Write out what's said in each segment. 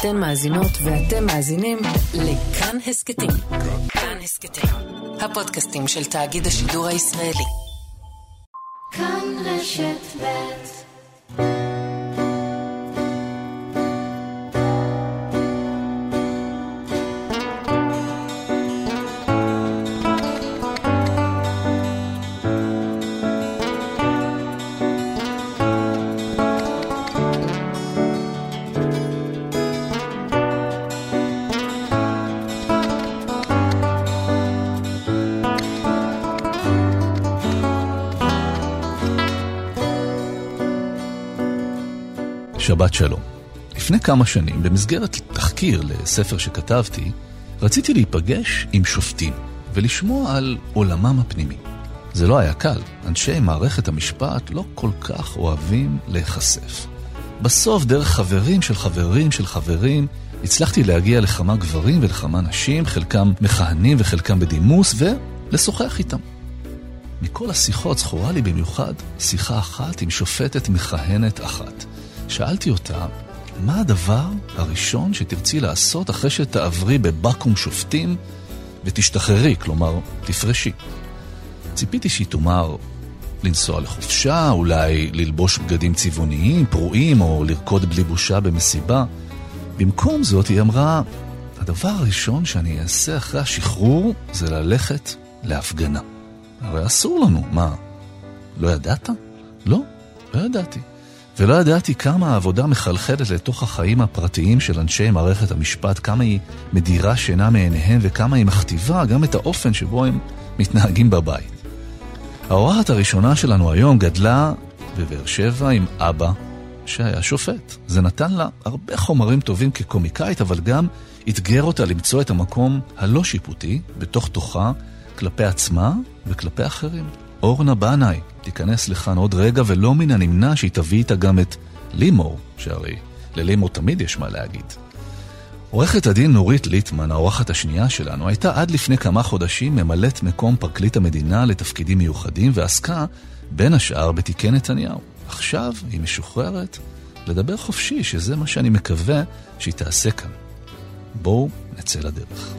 אתן מאזינות ואתם מאזינים לכאן הסקטים. כאן הסקטים, הפודקאסטים של תאגיד השידור הישראלי. כאן רשת ב'. שבת שלום. לפני כמה שנים, במסגרת תחקיר לספר שכתבתי, רציתי להיפגש עם שופטים ולשמוע על עולמם הפנימי. זה לא היה קל. אנשי מערכת המשפט לא כל כך אוהבים להיחשף. בסוף, דרך חברים של חברים של חברים, הצלחתי להגיע לכמה גברים ולכמה נשים, חלקם מכהנים וחלקם בדימוס, ולשוחח איתם. מכל השיחות זכורה לי במיוחד שיחה אחת עם שופטת מכהנת אחת. שאלתי אותה, מה הדבר הראשון שתרצי לעשות אחרי שתעברי בבקו"ם שופטים ותשתחררי, כלומר, תפרשי? ציפיתי שהיא תאמר לנסוע לחופשה, אולי ללבוש בגדים צבעוניים, פרועים, או לרקוד בלי בושה במסיבה. במקום זאת היא אמרה, הדבר הראשון שאני אעשה אחרי השחרור זה ללכת להפגנה. הרי אסור לנו, מה? לא ידעת? לא ידעתי. ולא ידעתי כמה העבודה מחלחלת לתוך החיים הפרטיים של אנשי מערכת המשפט, כמה היא מדירה שינה מעיניהם וכמה היא מכתיבה גם את האופן שבו הם מתנהגים בבית. האורחת הראשונה שלנו היום גדלה בבאר שבע עם אבא שהיה שופט. זה נתן לה הרבה חומרים טובים כקומיקאית, אבל גם התגר אותה למצוא את המקום הלא שיפוטי בתוך תוכה כלפי עצמה וכלפי אחרים. אורנה בנאי תיכנס לכאן עוד רגע, ולא מן הנמנע שהיא תביא איתה גם את לימור, שהרי ללימור תמיד יש מה להגיד. עורכת הדין נורית ליטמן, האורחת השנייה שלנו, הייתה עד לפני כמה חודשים ממלאת מקום פרקליט המדינה לתפקידים מיוחדים, ועסקה בין השאר בתיקי נתניהו. עכשיו היא משוחררת לדבר חופשי, שזה מה שאני מקווה שהיא תעשה כאן. בואו נצא לדרך.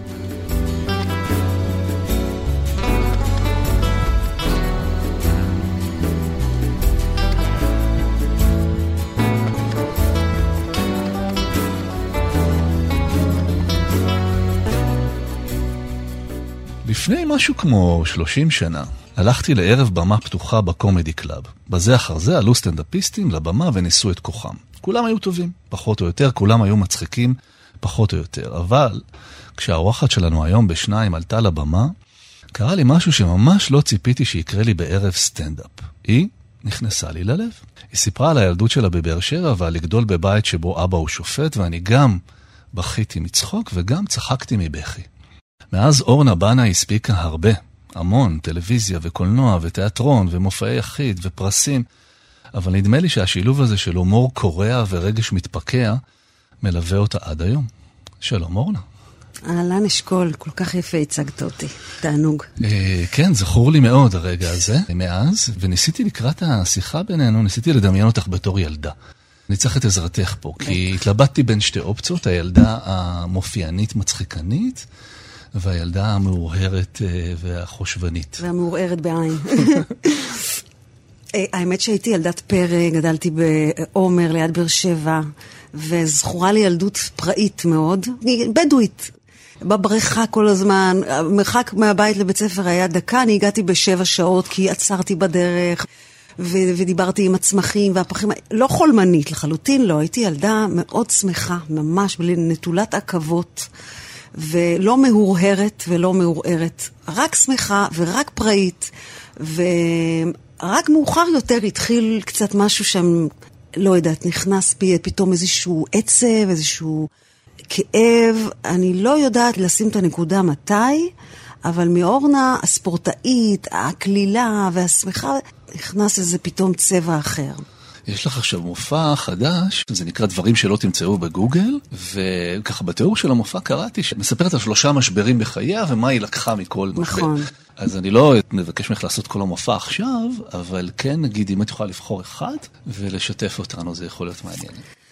לפני משהו כמו 30 שנה, הלכתי לערב במה פתוחה בקומדי קלאב. בזה אחר זה עלו סטנדאפיסטים לבמה וניסו את כוחם. כולם היו טובים, פחות או יותר, כולם היו מצחיקים, פחות או יותר. אבל כשהאורחת שלנו היום בשניים עלתה לבמה, קרה לי משהו שממש לא ציפיתי שיקרה לי בערב סטנדאפ. היא נכנסה לי ללב. היא סיפרה על הילדות שלה בבאר שבע ועל לגדול בבית שבו אבא הוא שופט, ואני גם בכיתי מצחוק וגם צחקתי מבכי. מאז אורנה בנאי הספיקה הרבה, המון, טלוויזיה וקולנוע ותיאטרון ומופעי יחיד ופרסים, אבל נדמה לי שהשילוב הזה של הומור קורע ורגש מתפקע מלווה אותה עד היום. שלום אורנה. אהלן אשכול, כל כך יפה הצגת אותי, תענוג. כן, זכור לי מאוד הרגע הזה מאז, וניסיתי לקראת השיחה בינינו, ניסיתי לדמיין אותך בתור ילדה. אני צריך את עזרתך פה, כי התלבטתי בין שתי אופציות, הילדה המופיענית מצחיקנית, והילדה המאורהרת והחושבנית. והמאורהרת בעין. האמת שהייתי ילדת פרא, גדלתי בעומר ליד באר שבע, וזכורה לי ילדות פראית מאוד, בדואית. בבריכה כל הזמן, המרחק מהבית לבית ספר היה דקה, אני הגעתי ב7 שעות כי עצרתי בדרך, ודיברתי עם הצמחים והפחים, לא חולמנית לחלוטין, לא, הייתי ילדה מאוד שמחה, ממש נטולת עכבות, ולא מהורהרת ולא מעורערת, רק שמחה ורק פראית, ורק מאוחר יותר התחיל קצת משהו שם, לא יודעת, נכנס בי פתאום איזשהו עצב, איזשהו כאב, אני לא יודעת לשים את הנקודה מתי, אבל מאורנה הספורטאית, הכלילה והשמחה, נכנס איזה פתאום צבע אחר. יש לך עכשיו מופע חדש, זה נקרא דברים שלא תמצאו בגוגל, וככה בתיאור של המופע קראתי שמספרת על 3 משברים בחייה, ומה היא לקחה מכל משבר. נכון. אז אני לא מבקש ממך לעשות כל המופע עכשיו, אבל כן נגיד אם את יכולה לבחור אחד, ולשתף אותנו, זה יכול להיות מעניין.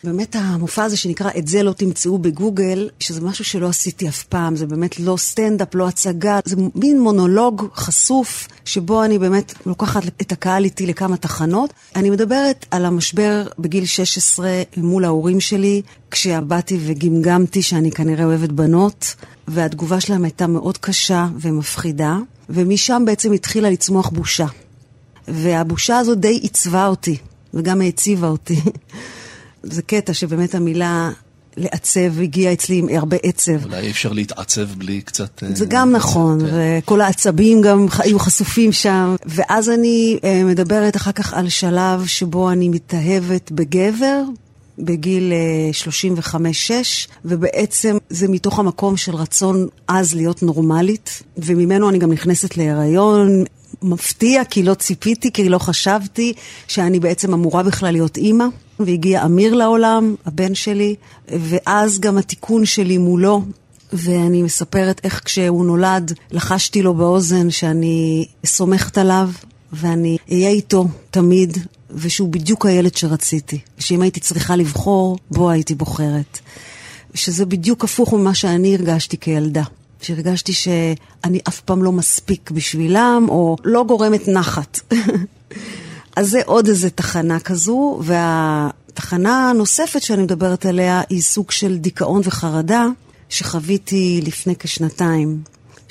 באמת המופע הזה שנקרא את זה לא תמצאו בגוגל, שזה משהו שלא עשיתי אף פעם, זה באמת לא סטנדאפ, לא הצגה, זה מין מונולוג חשוף, שבו אני באמת לוקחת את הקהל איתי לכמה תחנות. אני מדברת על המשבר בגיל 16 מול ההורים שלי, כשבאתי וגמגמתי שאני כנראה אוהבת בנות, והתגובה שלהם הייתה מאוד קשה ומפחידה, ומשם בעצם התחילה לצמוח בושה. והבושה הזו די עיצבה אותי, וגם העציבה אותי. זה קטע שבאמת המילה לעצב הגיעה אצלי עם הרבה עצב. אולי אפשר להתעצב בלי קצת... זה גם נכון, וכל העצבים גם היו חשופים שם. ואז אני מדברת אחר כך על שלב שבו אני מתאהבת בגבר, בגיל 35-6, ובעצם זה מתוך המקום של רצון אז להיות נורמלית, וממנו אני גם נכנסת להיריון, מפתיע כי לא ציפיתי, כי לא חשבתי שאני בעצם אמורה בכלל להיות אימא, והגיע אמיר לעולם, הבן שלי, ואז גם התיקון שלי מולו, ואני מספרת איך כשהוא נולד, לחשתי לו באוזן שאני סומכת עליו, ואני אהיה איתו תמיד, ושהוא בדיוק הילד שרציתי. שאם הייתי צריכה לבחור, בו הייתי בוחרת. שזה בדיוק הפוך ממה שאני הרגשתי כילדה. שהרגשתי שאני אף פעם לא מספיק בשבילם, או לא גורמת נחת. אז זה עוד איזו תחנה כזו, והתחנה הנוספת שאני מדברת עליה, היא סוג של דיכאון וחרדה, שחוויתי לפני כשנתיים.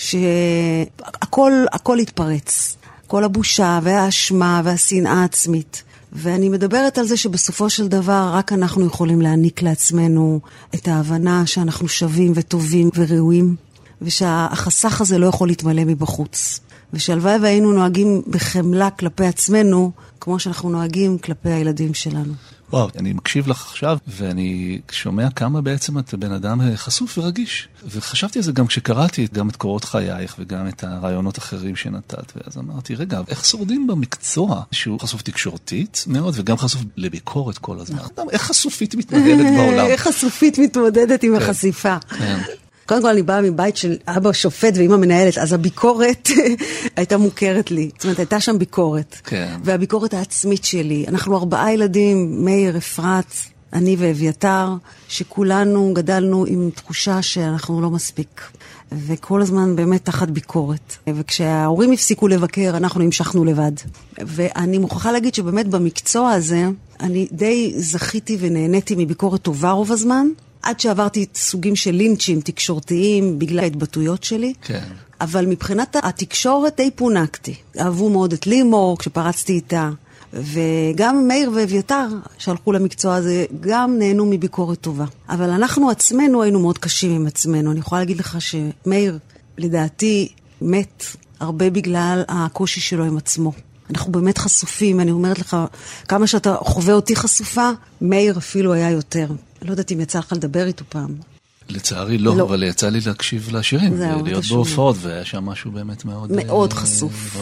שהכל התפרץ. כל הבושה והאשמה והשנאה העצמית. ואני מדברת על זה שבסופו של דבר רק אנחנו יכולים להעניק לעצמנו את ההבנה שאנחנו שווים וטובים וראויים, ושהחסך הזה לא יכול להתמלא מבחוץ. ושהלוואי והיינו נוהגים בחמלה כלפי עצמנו, כמו שאנחנו נוהגים כלפי הילדים שלנו. וואו, אני מקשיב לך עכשיו, ואני שומע כמה בעצם את בן אדם חשוף ורגיש. וחשבתי על זה גם כשקראתי גם את קורות חייך, וגם את הרעיונות אחרים שנתת. ואז אמרתי, רגע, איך שורדים במקצוע שהוא חשוף תקשורתית מאוד, וגם חשוף לביקורת כל הזמן? איך חשופית מתמודדת בעולם? איך חשופית מתמודדת עם החשיפה? כן. קודם כל אני באה מבית של אבא שופט ואמא מנהלת, אז הביקורת הייתה מוכרת לי. זאת אומרת, הייתה שם ביקורת. כן. והביקורת העצמית שלי. אנחנו 4 ילדים, מאיר, אפרת, אני ואביתר, שכולנו גדלנו עם תחושה שאנחנו לא מספיק. וכל הזמן באמת תחת ביקורת. וכשההורים הפסיקו לבקר, אנחנו המשכנו לבד. ואני מוכרחה להגיד שבאמת במקצוע הזה, אני די זכיתי ונהניתי מביקורת טובה רוב הזמן, עד שעברתי סוגים של לינצ'ים תקשורתיים בגלל ההתבטאויות שלי. כן. אבל מבחינת התקשורת די פונקתי. אהבו מאוד את לימור כשפרצתי איתה. וגם מאיר ואביתר שהלכו למקצוע הזה גם נהנו מביקורת טובה. אבל אנחנו עצמנו היינו מאוד קשים עם עצמנו. אני יכולה להגיד לך שמאיר לדעתי מת הרבה בגלל הקושי שלו עם עצמו. אנחנו באמת חשופים, אני אומרת לך, כמה שאתה חווה אותי חשופה, מאיר אפילו היה יותר. לא יודעת אם יצא לך לדבר איתו פעם. לצערי לא, אבל יצא לי להקשיב לשירים, להיות בהופעות, והיה שם משהו באמת מאוד... מאוד חשוף,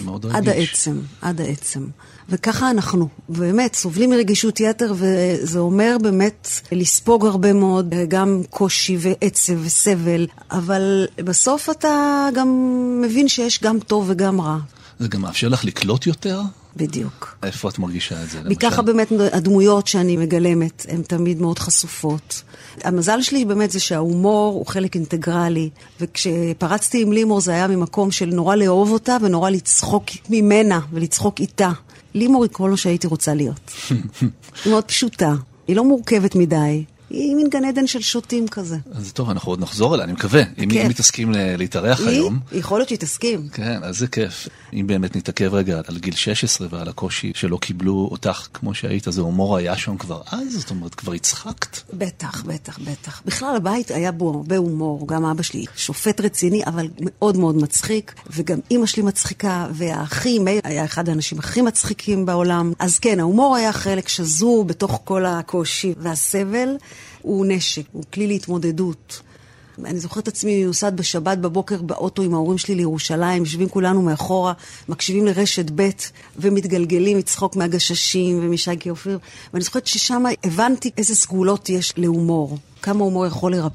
עד העצם. וככה אנחנו, באמת, סובלים מרגישות יתר, וזה אומר באמת לספוג הרבה מאוד, גם קושי ועצב וסבל, אבל בסוף אתה גם מבין שיש גם טוב וגם רע. זה גם מאפשר לך לקלוט יותר? בדיוק. איפה את מרגישה את זה? מככה באמת הדמויות שאני מגלמת, הן תמיד מאוד חשופות. המזל שלי באמת זה שההומור הוא חלק אינטגרלי, וכשפרצתי עם לימור זה היה ממקום של נורא לאהוב אותה ונורא לצחוק ממנה ולצחוק איתה. לימור היא כל מה שהייתי רוצה להיות. היא מאוד פשוטה, היא לא מורכבת מדי. היא מין גן עדן של שוטים כזה. אז טוב, אנחנו עוד נחזור אליה, אני מקווה. אם היא מתעסקים להתארח היום. יכול להיות שהיא תסכים. כן, אז זה כיף. אם באמת נתעכב רגע על גיל 16 ועל הקושי שלא קיבלו אותך כמו שהיית, אז ההומור היה שם כבר אז? זאת אומרת, כבר הצחקת? בטח, בטח, בטח. בכלל הבית היה בו הרבה הומור. גם אבא שלי שופט רציני, אבל מאוד מאוד מצחיק. וגם אמא שלי מצחיקה, והאחי, מאיר, היה אחד האנשים הכי מצחיקים בעולם. אז כן, ההומור היה חלק שזור בתוך כל הקושי והסבל. הוא נשק, הוא כלי להתמודדות. אני זוכרת עצמי נוסעת בשבת בבוקר באוטו עם ההורים שלי לירושלים, יושבים כולנו מאחורה, מקשיבים לרשת ב' ומתגלגלים מצחוק מהגששים ומשגי אופיר, ואני זוכרת ששם הבנתי איזה סגולות יש להומור, כמה הומור יכול לרפא.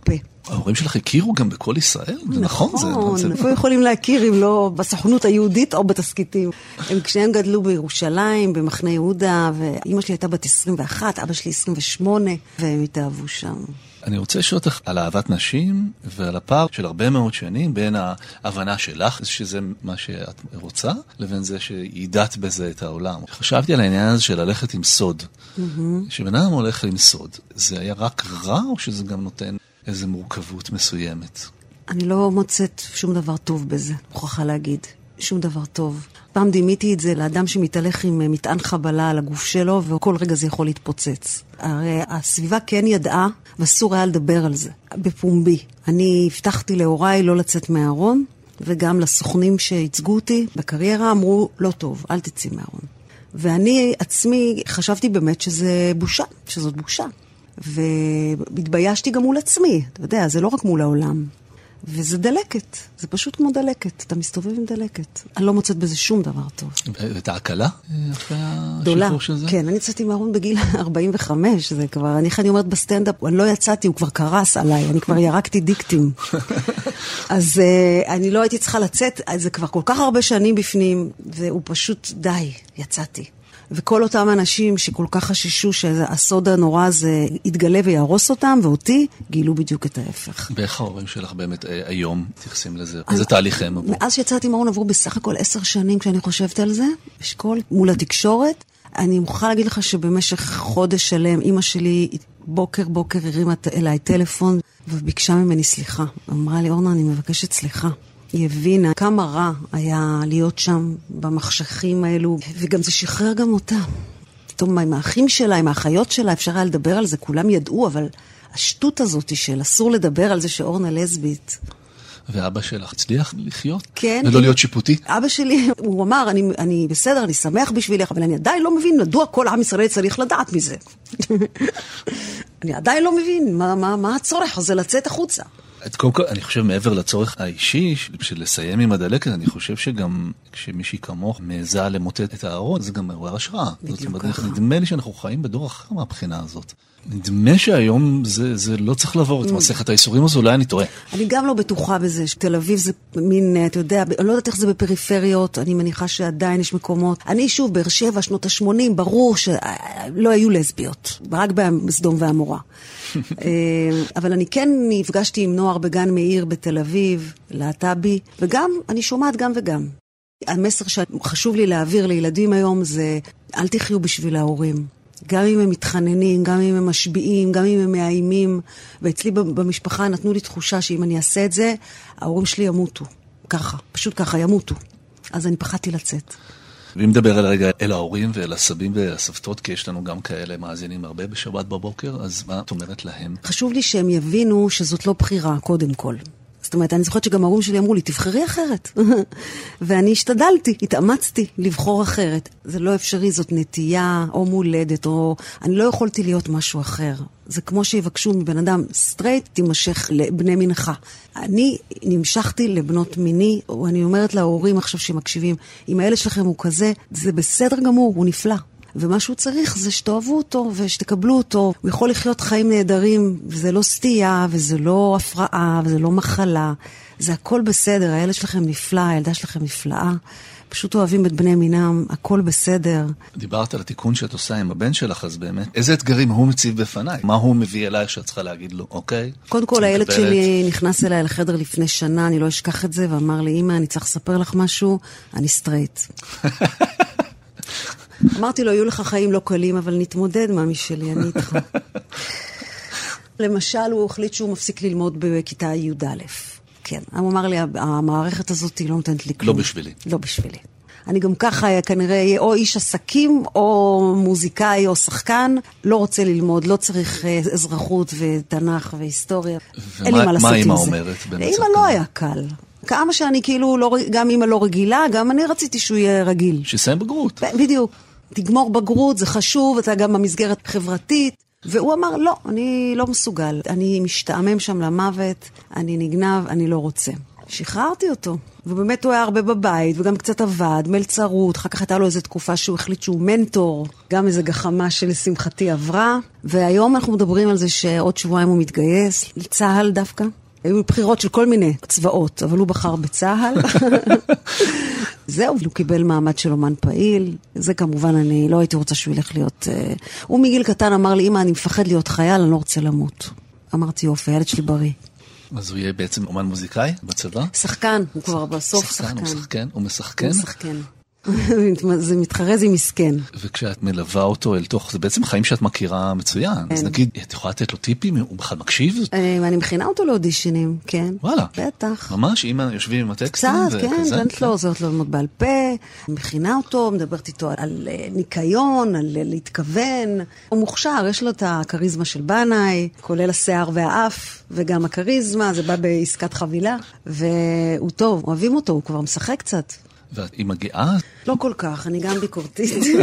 ההורים שלך הכירו גם בכל ישראל? נכון, נכון, איפה יכולים להכיר אם לא בסוכנות היהודית או בתסקיטים. כשהם גדלו בירושלים, במחנה יהודה, ואמא שלי הייתה בת 21, אבא שלי 28, והם התאהבו שם. אני רוצה לשאול אותך על אהבת נשים ועל הפער של הרבה מאוד שנים בין ההבנה שלך, שזה מה שאת רוצה, לבין זה שידעת בזה את העולם. חשבתי על העניין הזה של ללכת עם סוד. שבן אדם הולך עם סוד, זה היה רק רע או שזה גם נותן איזו מורכבות מסוימת? אני לא מוצאת שום דבר טוב בזה, מוכרחה להגיד. שום דבר טוב. פעם דימיתי את זה לאדם שמתהלך עם מטען חבלה על הגוף שלו, וכל רגע זה יכול להתפוצץ. הרי הסביבה כן ידעה, ואסור היה לדבר על זה, בפומבי. אני הבטחתי להוריי לא לצאת מהארון, וגם לסוכנים שהצגו אותי בקריירה אמרו, לא טוב, אל תצאי מהארון. ואני עצמי חשבתי באמת שזה בושה, שזאת בושה. והתביישתי גם מול עצמי, אתה יודע, זה לא רק מול העולם. וזה דלקת, זה פשוט כמו דלקת, אתה מסתובב עם דלקת. אני לא מוצאת בזה שום דבר טוב. ואת ההקלה אחרי גדולה, השחרור של זה? כן, אני יצאתי מהארון בגיל 45, זה כבר, אני אומרת בסטנדאפ, אני לא יצאתי, הוא כבר קרס עליי, אני כבר ירקתי דיקטים. אז אני לא הייתי צריכה לצאת, זה כבר כל כך הרבה שנים בפנים, והוא פשוט די, יצאתי. וכל אותם אנשים שכל כך חששו שהסוד הנורא הזה יתגלה ויהרוס אותם, ואותי גילו בדיוק את ההפך. ואיך ההורים שלך באמת היום תייחסים לזה? איזה תהליך הם עברו? מאז שיצאתי מהארון עברו בסך הכל 10 שנים כשאני חושבת על זה, בשקול מול התקשורת. אני מוכרחה להגיד לך שבמשך חודש שלם, אמא שלי בוקר הרימה אליי טלפון, וביקשה ממני סליחה. אמרה לי, אורנה, אני מבקשת סליחה. היא הבינה כמה רע היה להיות שם במחשכים האלו, וגם זה שחרר גם אותה. פתאום עם האחים שלה, עם האחיות שלה, אפשר היה לדבר על זה, כולם ידעו, אבל השטות הזאת של אסור לדבר על זה שאורנה לסבית. ואבא שלך הצליח לחיות? כן. ולא להיות שיפוטי? אבא שלי, הוא אמר, אני בסדר, אני שמח בשבילך, אבל אני עדיין לא מבין מדוע כל עם ישראל צריך לדעת מזה. אני עדיין לא מבין מה הצורך הזה לצאת החוצה. קודם כל, אני חושב מעבר לצורך האישי, בשביל לסיים עם הדלקת, אני חושב שגם כשמישהי כמוך מעזה למוטט את הארון, זה גם מעורר השראה. בדיוק ככה. נדמה לי שאנחנו חיים בדור אחר מהבחינה הזאת. נדמה שהיום זה לא צריך לעבור את מסכת האיסורים הזו, אולי אני טועה. אני גם לא בטוחה בזה, שתל אביב זה מין, אתה יודע, אני לא יודעת איך זה בפריפריות, אני מניחה שעדיין יש מקומות. אני שוב, באר שבע, שנות ה-80, ברור שלא היו לסביות, רק בסדום ועמורה. אבל אני כן נפגשתי עם נוער בגן מאיר בתל אביב, להט"בי, וגם, אני שומעת גם וגם. המסר שחשוב לי להעביר לילדים היום זה, אל תחיו בשביל ההורים. גם אם הם מתחננים, גם אם הם משביעים, גם אם הם מאיימים. ואצלי במשפחה נתנו לי תחושה שאם אני אעשה את זה, ההורים שלי ימותו. ככה, פשוט ככה, ימותו. אז אני פחדתי לצאת. ואם נדבר על רגע אל ההורים ואל הסבים והסבתות, כי יש לנו גם כאלה מאזינים הרבה בשבת בבוקר, אז מה את אומרת להם? חשוב לי שהם יבינו שזאת לא בחירה, קודם כל. זאת אומרת, אני זוכרת שגם ההורים שלי אמרו לי, תבחרי אחרת. ואני השתדלתי, התאמצתי לבחור אחרת. זה לא אפשרי, זאת נטייה או מולדת, או אני לא יכולתי להיות משהו אחר. זה כמו שיבקשו מבן אדם סטרייט, תימשך לבני מינך. אני נמשכתי לבנות מיני, או אני אומרת להורים עכשיו שמקשיבים, אם הילד שלכם הוא כזה, זה בסדר גמור, הוא נפלא. ומה שהוא צריך זה שתאהבו אותו ושתקבלו אותו. הוא יכול לחיות חיים נהדרים, וזה לא סטייה, וזה לא הפרעה, וזה לא מחלה. זה הכל בסדר, הילד שלכם נפלא, הילדה שלכם נפלאה. פשוט אוהבים את בני מינם, הכל בסדר. דיברת על התיקון שאת עושה עם הבן שלך, אז באמת, איזה אתגרים הוא מציב בפניי? מה הוא מביא אליי שאת צריכה להגיד לו, אוקיי? קודם כל, הילד שלי נכנס אליי לחדר לפני שנה, אני לא אשכח את זה, ואמר לי, אמא, אני צריך לספר לך משהו, אני סטרייט. אמרתי לו, יהיו לך חיים לא קלים, אבל נתמודד, מאמי שלי, אני איתך. למשל, הוא החליט שהוא מפסיק ללמוד בכיתה י"א. כן, הוא אמר לי, המערכת הזאת לא נותנת לי כלום. לא בשבילי. לא בשבילי. אני גם ככה כנראה יהיה או איש עסקים, או מוזיקאי, או שחקן, לא רוצה ללמוד, לא צריך אזרחות ותנ"ך והיסטוריה. אין לי מה לעשות עם זה. מה אמא אומרת? אמא לא היה קל. כמה שאני כאילו, גם אמא לא רגילה, גם אני רציתי שהוא יהיה רגיל. שיסיים בגרות. בדיוק. תגמור בגרות, זה חשוב, אתה גם במסגרת חברתית. והוא אמר, לא, אני לא מסוגל. אני משתעמם שם למוות, אני נגנב, אני לא רוצה. שחררתי אותו. ובאמת הוא היה הרבה בבית, וגם קצת עבד, מלצרות, אחר כך הייתה לו איזו תקופה שהוא החליט שהוא מנטור, גם איזו גחמה שלשמחתי עברה, והיום אנחנו מדברים על זה שעוד שבועיים הוא מתגייס, לצהל דווקא. היו בחירות של כל מיני צבאות, אבל הוא בחר בצהל. זהו, הוא קיבל מעמד של אומן פעיל. זה כמובן, אני לא הייתי רוצה שהוא ילך להיות... הוא מגיל קטן אמר לי, אמא, אני מפחד להיות חייל, אני לא רוצה למות. אמרתי, יופי, הילד שלי בריא. אז הוא יהיה בעצם אומן מוזיקאי בצבא? שחקן, הוא כבר בסוף שחקן. הוא משחקן? הוא משחקן? הוא משחקן. זה מתחרז עם מסכן. וכשאת מלווה אותו אל תוך, זה בעצם חיים שאת מכירה מצוין. אז נגיד, את יכולה לתת לו טיפים? הוא בכלל מקשיב? אני מכינה אותו לאודישנים, כן. וואלה. בטח. ממש, אם יושבים עם הטקסטים קצת, כן, נותנת לו, עוזרת לו ללמוד בעל פה, מכינה אותו, מדברת איתו על ניקיון, על להתכוון. הוא מוכשר, יש לו את הקריזמה של בנאי, כולל השיער והאף, וגם הקריזמה, זה בא בעסקת חבילה, והוא טוב, אוהבים אותו, הוא כבר משחק קצת. והיא מגיעה? לא כל כך, אני גם ביקורתית.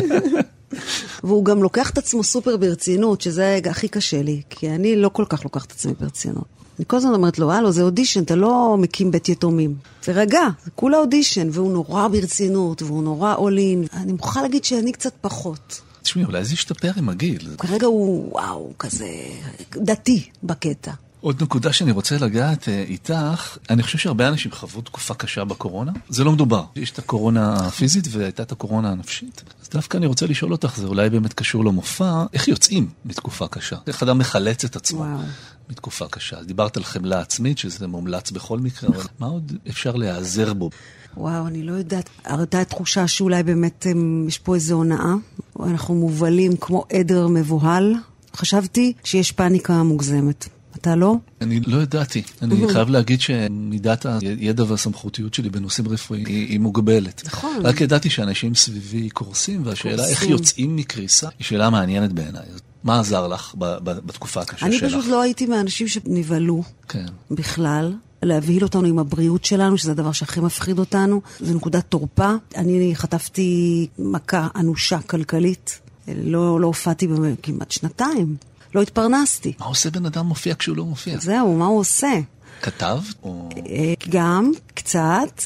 והוא גם לוקח את עצמו סופר ברצינות, שזה הכי קשה לי, כי אני לא כל כך לוקח את עצמי ברצינות. אני כל הזמן אומרת לו, הלו, זה אודישן, אתה לא מקים בית יתומים. תרגע, זה כולה אודישן, והוא נורא ברצינות, והוא נורא אולין. אני מוכרחה להגיד שאני קצת פחות. תשמעי, אולי זה ישתפר עם הגיל. כרגע הוא, וואו, כזה דתי בקטע. עוד נקודה שאני רוצה לגעת איתך, אני חושב שהרבה אנשים חוו תקופה קשה בקורונה. זה לא מדובר. יש את הקורונה הפיזית והייתה את הקורונה הנפשית. אז דווקא אני רוצה לשאול אותך, זה אולי באמת קשור למופע, איך יוצאים מתקופה קשה? איך אדם מחלץ את עצמו מתקופה קשה? אז דיברת על חמלה עצמית, שזה מומלץ בכל מקרה, אבל מה עוד אפשר להיעזר בו? וואו, אני לא יודעת. הייתה תחושה שאולי באמת יש פה איזו הונאה. אנחנו מובלים כמו עדר מבוהל. חשבתי שיש פאניקה מוגזמת. אתה לא? אני לא ידעתי. אני חייב להגיד שמידת הידע והסמכותיות שלי בנושאים רפואיים היא מוגבלת. נכון. רק ידעתי שאנשים סביבי קורסים, והשאלה איך יוצאים מקריסה היא שאלה מעניינת בעיניי. מה עזר לך בתקופה הקשה שלך? אני פשוט לא הייתי מהאנשים שנבהלו בכלל. להבהיל אותנו עם הבריאות שלנו, שזה הדבר שהכי מפחיד אותנו. זו נקודת תורפה. אני חטפתי מכה אנושה כלכלית. לא הופעתי כמעט שנתיים. לא התפרנסתי. מה עושה בן אדם מופיע כשהוא לא מופיע? זהו, מה הוא עושה? כתב? או... גם קצת,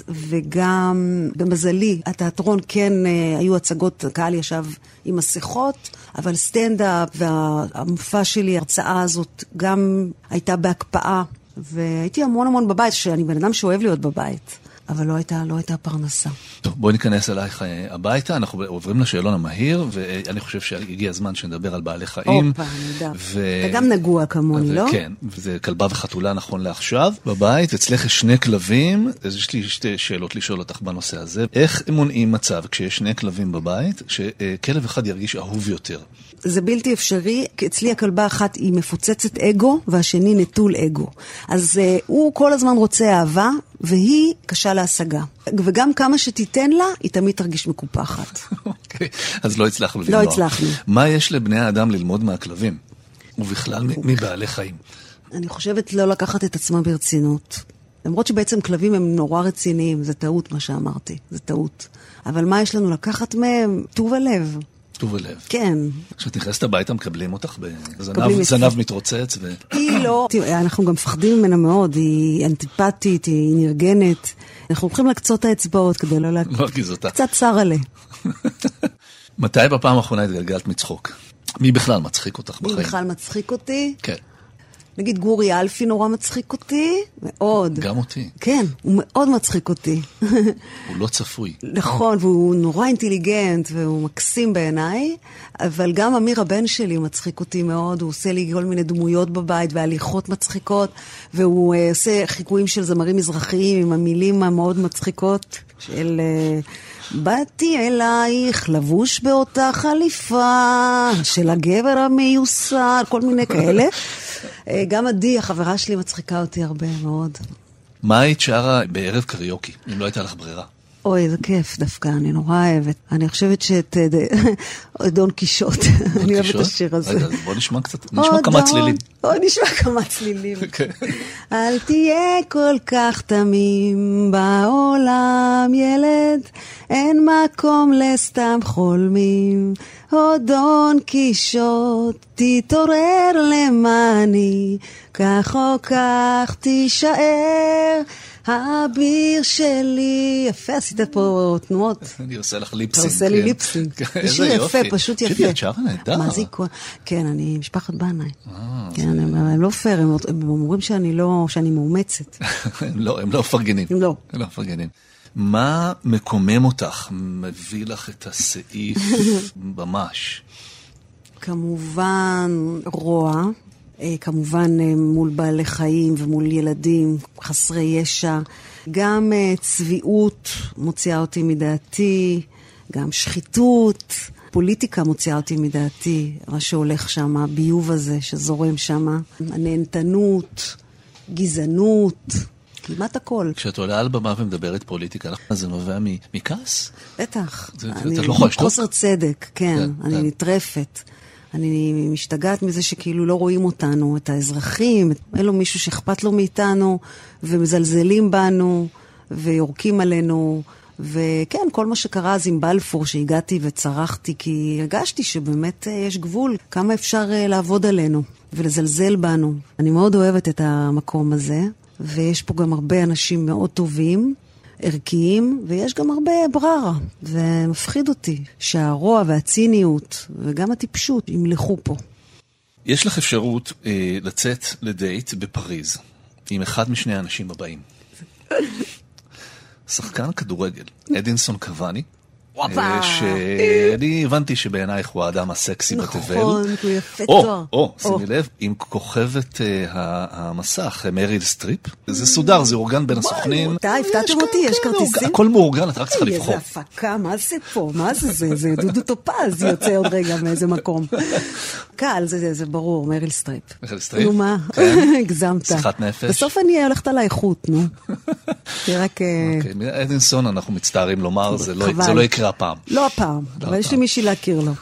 וגם במזלי, התיאטרון כן היו הצגות, הקהל ישב עם מסכות, אבל סטנדאפ והמופע שלי, ההרצאה הזאת, גם הייתה בהקפאה, והייתי המון בבית, שאני בן אדם שאוהב להיות בבית. אבל לא הייתה פרנסה. טוב, בואי ניכנס אלייך הביתה, אנחנו עוברים לשאלון המהיר, ואני חושב שהגיע הזמן שנדבר על בעלי חיים. אופה, אני יודע. אתה גם נגוע כמוני, לא? כן, וזה כלבה וחתולה נכון לעכשיו. בבית, אצלך יש 2 כלבים, אז יש לי 2 שאלות לשאול אותך בנושא הזה. איך מונעים מצב כשיש 2 כלבים בבית, שכלב אחד ירגיש אהוב יותר? זה בלתי אפשרי, כי אצלי הכלבה אחת היא מפוצצת אגו, והשני נטול אגו. אז הוא כל הזמן רוצה אהבה, והיא קשה להשגה. וגם כמה שתיתן לה, היא תמיד תרגיש מקופחת. אוקיי, אז לא הצלחנו. לא הצלחנו. מה יש לבני האדם ללמוד מהכלבים? ובכלל מבעלי חיים? אני חושבת לא לקחת את עצמה ברצינות. למרות שבעצם כלבים הם נורא רציניים, זה טעות מה שאמרתי, זה טעות. אבל מה יש לנו לקחת מהם? טוב הלב. טוב הלב. כן. כשאת נכנסת הביתה מקבלים אותך בזנב מתרוצץ היא לא. אנחנו גם מפחדים ממנה מאוד, היא אנטיפטית, היא נרגנת. אנחנו הולכים לקצות האצבעות כדי לא להרגיז אותה. קצת צר עליה. מתי בפעם האחרונה התגלגלת מצחוק? מי בכלל מצחיק אותך בחיים? מי בכלל מצחיק אותי? כן. נגיד גורי אלפי נורא מצחיק אותי, מאוד. גם אותי. כן, הוא מאוד מצחיק אותי. הוא לא צפוי. נכון, והוא נורא אינטליגנט, והוא מקסים בעיניי, אבל גם אמיר הבן שלי מצחיק אותי מאוד, הוא עושה לי כל מיני דמויות בבית, והליכות מצחיקות, והוא עושה חיקויים של זמרים מזרחיים, עם המילים המאוד מצחיקות, של... באתי אלייך לבוש באותה חליפה של הגבר המיוסר, כל מיני כאלה. גם עדי, החברה שלי, מצחיקה אותי הרבה מאוד. מה היית שרה בערב קריוקי, אם לא הייתה לך ברירה? אוי, זה כיף דווקא, אני נורא אוהבת. אני חושבת שאת דון קישוט, אני אוהבת את השיר הזה. רגע, בוא נשמע קצת, נשמע כמה צלילים. בוא נשמע כמה צלילים. אל תהיה כל כך תמים בעולם, ילד, אין מקום לסתם חולמים. דון קישוט, תתעורר למעני, כך או כך תישאר. האביר שלי. יפה, עשית פה תנועות. אני עושה לך ליפסינג. אתה עושה לי ליפסינג. איזה יפה, יופי. פשוט יפה. תגידי, את שרה נהדר. מה זה יקרה? כן, אני משפחת בנאי. כן, הם לא פייר, הם אומרים שאני מאומצת. הם לא מפרגנים. הם לא. הם לא מפרגנים. מה מקומם אותך? מביא לך את הסעיף ממש? כמובן רוע, כמובן מול בעלי חיים ומול ילדים חסרי ישע, גם צביעות מוציאה אותי מדעתי, גם שחיתות, פוליטיקה מוציאה אותי מדעתי, מה שהולך שם, הביוב הזה שזורם שם, הנהנתנות, גזענות, כמעט הכל. כשאת עולה על במה ומדברת פוליטיקה, זה נובע מכעס? בטח. את לא יכולה לשתוק? חוסר צדק, כן, אני נטרפת. אני משתגעת מזה שכאילו לא רואים אותנו, את האזרחים, אין לו מישהו שאכפת לו מאיתנו, ומזלזלים בנו, ויורקים עלינו, וכן, כל מה שקרה אז עם בלפור, שהגעתי וצרחתי, כי הרגשתי שבאמת יש גבול, כמה אפשר לעבוד עלינו, ולזלזל בנו. אני מאוד אוהבת את המקום הזה, ויש פה גם הרבה אנשים מאוד טובים, ערכיים, ויש גם הרבה בררה, ומפחיד אותי שהרוע והציניות וגם הטיפשות ימלכו פה. יש לך אפשרות לצאת לדייט בפריז עם אחד משני האנשים הבאים. שחקן כדורגל, אדינסון קוואני, שאני הבנתי שבעינייך הוא האדם הסקסי בתבל. נכון, הוא יפה תואר. שימי לב, עם כוכבת המסך, מריל סטריפ. זה סודר, זה אורגן בין הסוכנים. אתה הפתעתם אותי, יש כרטיסים? הכל מאורגן, את רק צריכה לבחור. איזה הפקה, מה זה פה? מה זה? זה דודו טופז יוצא עוד רגע מאיזה מקום. קל, זה ברור, מריל סטריפ. מריל סטריפ? נו מה, הגזמת. שיחת נפש. בסוף אני הולכת על האיכות, נו. אדינסון, אנחנו מצטערים לומר, זה לא יקרה הפעם. לא הפעם, אבל יש לי מישהי להכיר לו.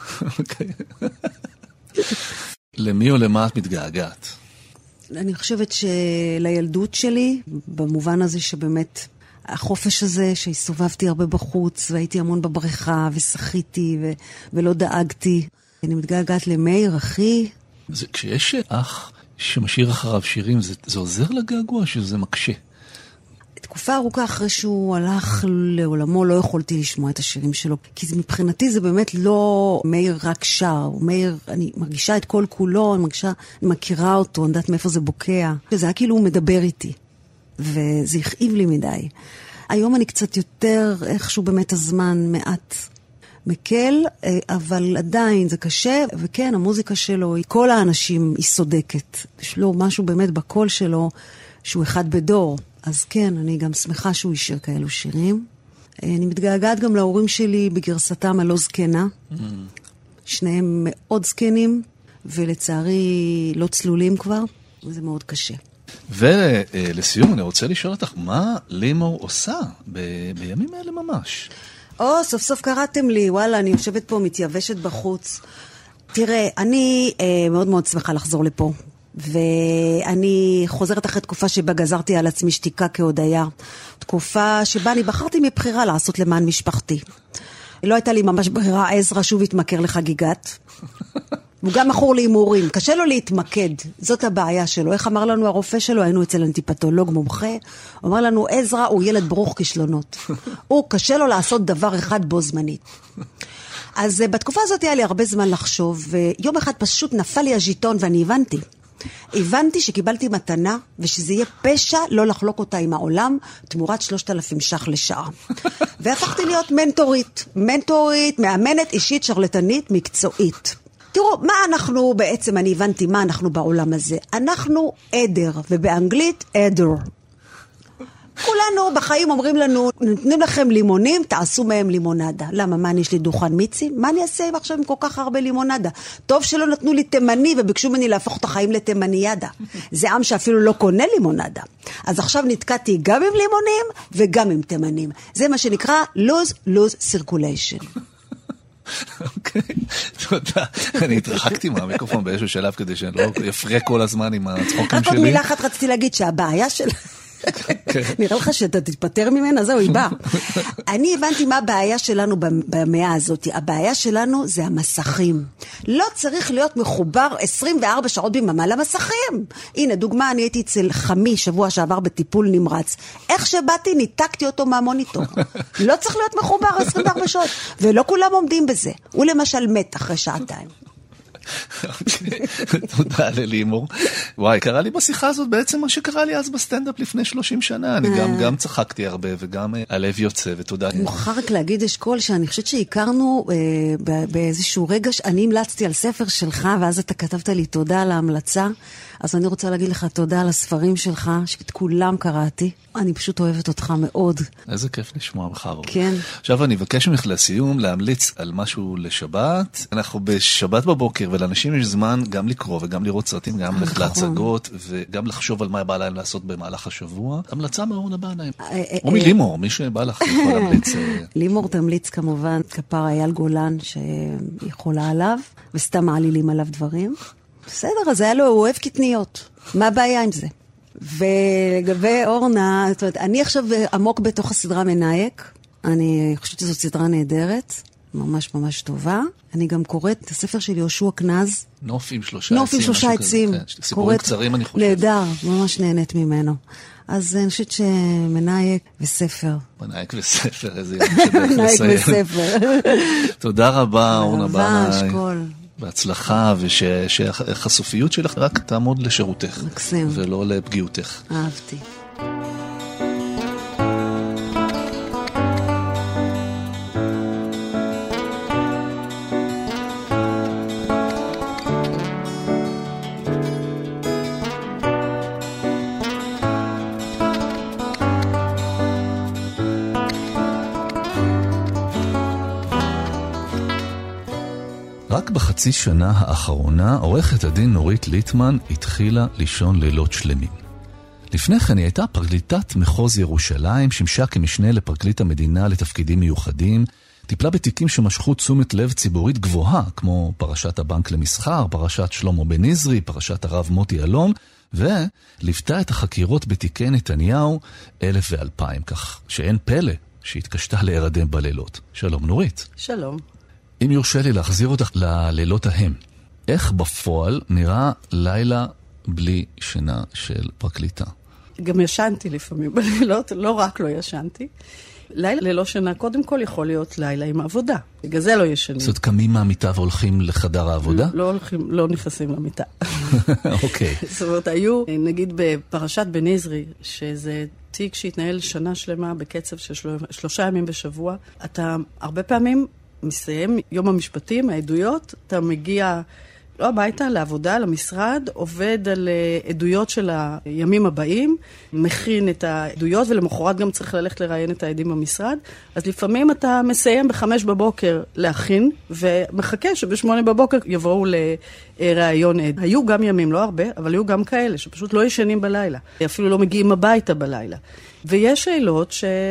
למי או למה את מתגעגעת? אני חושבת שלילדות שלי, במובן הזה שבאמת החופש הזה, שהסתובבתי הרבה בחוץ, והייתי המון בבריכה, ושחיתי, ולא דאגתי. אני מתגעגעת למאיר, אחי. כשיש אח שמשאיר אחריו שירים, זה עוזר לגעגוע שזה מקשה? תקופה ארוכה אחרי שהוא הלך לעולמו, לא יכולתי לשמוע את השירים שלו. כי מבחינתי זה באמת לא מאיר רק שר. מאיר, אני מרגישה את כל כולו, אני מכירה אותו, אני יודעת מאיפה זה בוקע. זה היה כאילו הוא מדבר איתי. וזה הכאיב לי מדי. היום אני קצת יותר, איכשהו באמת הזמן מעט מקל, אבל עדיין זה קשה. וכן, המוזיקה שלו, כל האנשים היא סודקת. יש לו משהו באמת בקול שלו, שהוא אחד בדור. אז כן, אני גם שמחה שהוא ישיר כאלו שירים. אני מתגעגעת גם להורים שלי בגרסתם הלא זקנה. שניהם מאוד זקנים, ולצערי לא צלולים כבר, וזה מאוד קשה. ולסיום, אני רוצה לשאול אותך, מה לימור עושה בימים האלה ממש? סוף סוף קראתם לי, וואלה, אני יושבת פה, מתייבשת בחוץ. תראה, אני מאוד מאוד שמחה לחזור לפה. ואני חוזרת אחרי תקופה שבה גזרתי על עצמי שתיקה כהודיה. תקופה שבה אני בחרתי מבחירה לעשות למען משפחתי. לא הייתה לי ממש ברירה, עזרא שוב התמכר לחגיגת. הוא גם מכור להימורים, קשה לו להתמקד, זאת הבעיה שלו. איך אמר לנו הרופא שלו? היינו אצל אנטיפתולוג מומחה, הוא אמר לנו, עזרא הוא ילד ברוך כישלונות. הוא קשה לו לעשות דבר אחד בו זמנית. אז בתקופה הזאת היה לי הרבה זמן לחשוב, ויום אחד פשוט נפל לי הז'יטון ואני הבנתי שקיבלתי מתנה, ושזה יהיה פשע לא לחלוק אותה עם העולם, תמורת 3,000 ש"ח לשעה. והפכתי להיות מנטורית, מאמנת אישית, שרלטנית, מקצועית. תראו, מה אנחנו בעצם, אני הבנתי מה אנחנו בעולם הזה. אנחנו עדר, ובאנגלית עדר. כולנו בחיים אומרים לנו, נותנים לכם לימונים, תעשו מהם לימונדה. למה? מה, יש לי דוכן מיצי? מה אני אעשה עכשיו עם כל כך הרבה לימונדה? טוב שלא נתנו לי תימני וביקשו ממני להפוך את החיים לתימניאדה. זה עם שאפילו לא קונה לימונדה. אז עכשיו נתקעתי גם עם לימונים וגם עם תימנים. זה מה שנקרא lose circulation. אוקיי, תודה. אני התרחקתי מהמיקרופון באיזשהו שלב כדי שאני לא אפרה כל הזמן עם הצחוקים שלי. רק עוד מילה אחת רציתי להגיד שהבעיה נראה לך שאתה תתפטר ממנה, זהו, היא באה. אני הבנתי מה הבעיה שלנו במאה הזאת. הבעיה שלנו זה המסכים. לא צריך להיות מחובר 24 שעות ביממה למסכים. הנה, דוגמה, אני הייתי אצל חמי שבוע שעבר בטיפול נמרץ. איך שבאתי, ניתקתי אותו מהמוניטור. לא צריך להיות מחובר 24 שעות. ולא כולם עומדים בזה. הוא למשל מת אחרי שעתיים. תודה ללימור. וואי, קרה לי בשיחה הזאת בעצם מה שקרה לי אז בסטנדאפ לפני 30 שנה. אני גם צחקתי הרבה וגם הלב יוצא, ותודה. אני מוכרחה רק להגיד אשכול שאני חושבת שהכרנו באיזשהו רגע, אני המלצתי על ספר שלך ואז אתה כתבת לי תודה על ההמלצה, אז אני רוצה להגיד לך תודה על הספרים שלך, שאת כולם קראתי. אני פשוט אוהבת אותך מאוד. איזה כיף לשמוע לך, רובי. כן. עכשיו אני אבקש ממך לסיום להמליץ על משהו לשבת. אנחנו בשבת בבוקר, ולאנשים יש זמן גם לקרוא וגם לראות סרטים, גם ללכת להצגות, וגם לחשוב על מה בא להם לעשות במהלך השבוע. המלצה מאוד הבאה להם. או מלימור, מי שבא לך יכול להמליץ. לימור תמליץ כמובן, כפר אייל גולן שיכולה עליו, וסתם מעלילים עליו דברים. בסדר, אז היה לו, הוא אוהב קטניות. מה הבעיה עם זה? ולגבי אורנה, זאת אומרת, אני עכשיו עמוק בתוך הסדרה מנייק. אני חושבת שזאת סדרה נהדרת, ממש ממש טובה. אני גם קוראת את הספר של יהושע קנז. נוף עם 3 עצים. נוף עם 3 עצים. סיפורים קצרים, אני חושב. נהדר, ממש נהנית ממנו. אז אני חושבת שמנייק וספר. מנייק וספר, איזה יום שבך לסיים. מנייק וספר. תודה רבה, אורנה בנאי. תודה, אשכול. בהצלחה, ושהחשופיות שלך רק תעמוד לשירותך. מקסים. ולא לפגיעותך. אהבתי. רק בחצי שנה האחרונה, עורכת הדין נורית ליטמן התחילה לישון לילות שלמים. לפני כן היא הייתה פרקליטת מחוז ירושלים, שימשה כמשנה לפרקליט המדינה לתפקידים מיוחדים, טיפלה בתיקים שמשכו תשומת לב ציבורית גבוהה, כמו פרשת הבנק למסחר, פרשת שלמה בן עזרי, פרשת הרב מוטי אלון, וליוותה את החקירות בתיקי נתניהו 1000 ו-2000, כך שאין פלא שהתקשתה להירדם בלילות. שלום נורית. שלום. אם יורשה לי להחזיר אותך ללילות ההם, איך בפועל נראה לילה בלי שינה של פרקליטה? גם ישנתי לפעמים בלילות, לא רק לא ישנתי. לילה ללא שינה, קודם כל יכול להיות לילה עם עבודה. בגלל זה לא ישנים. זאת קמים מהמיטה והולכים לחדר העבודה? לא נכנסים למיטה. אוקיי. זאת אומרת, היו, נגיד בפרשת בן עזרי, שזה תיק שהתנהל שנה שלמה בקצב של 3 ימים בשבוע, אתה הרבה פעמים מסיים יום המשפטים, העדויות, אתה מגיע לא הביתה, לעבודה, למשרד, עובד על עדויות של הימים הבאים, מכין את העדויות, ולמחרת גם צריך ללכת לראיין את העדים במשרד. אז לפעמים אתה מסיים ב5 בבוקר להכין, ומחכה שב8 בבוקר יבואו לראיון עד. היו גם ימים, לא הרבה, אבל היו גם כאלה, שפשוט לא ישנים בלילה. אפילו לא מגיעים הביתה בלילה. ויש שאלות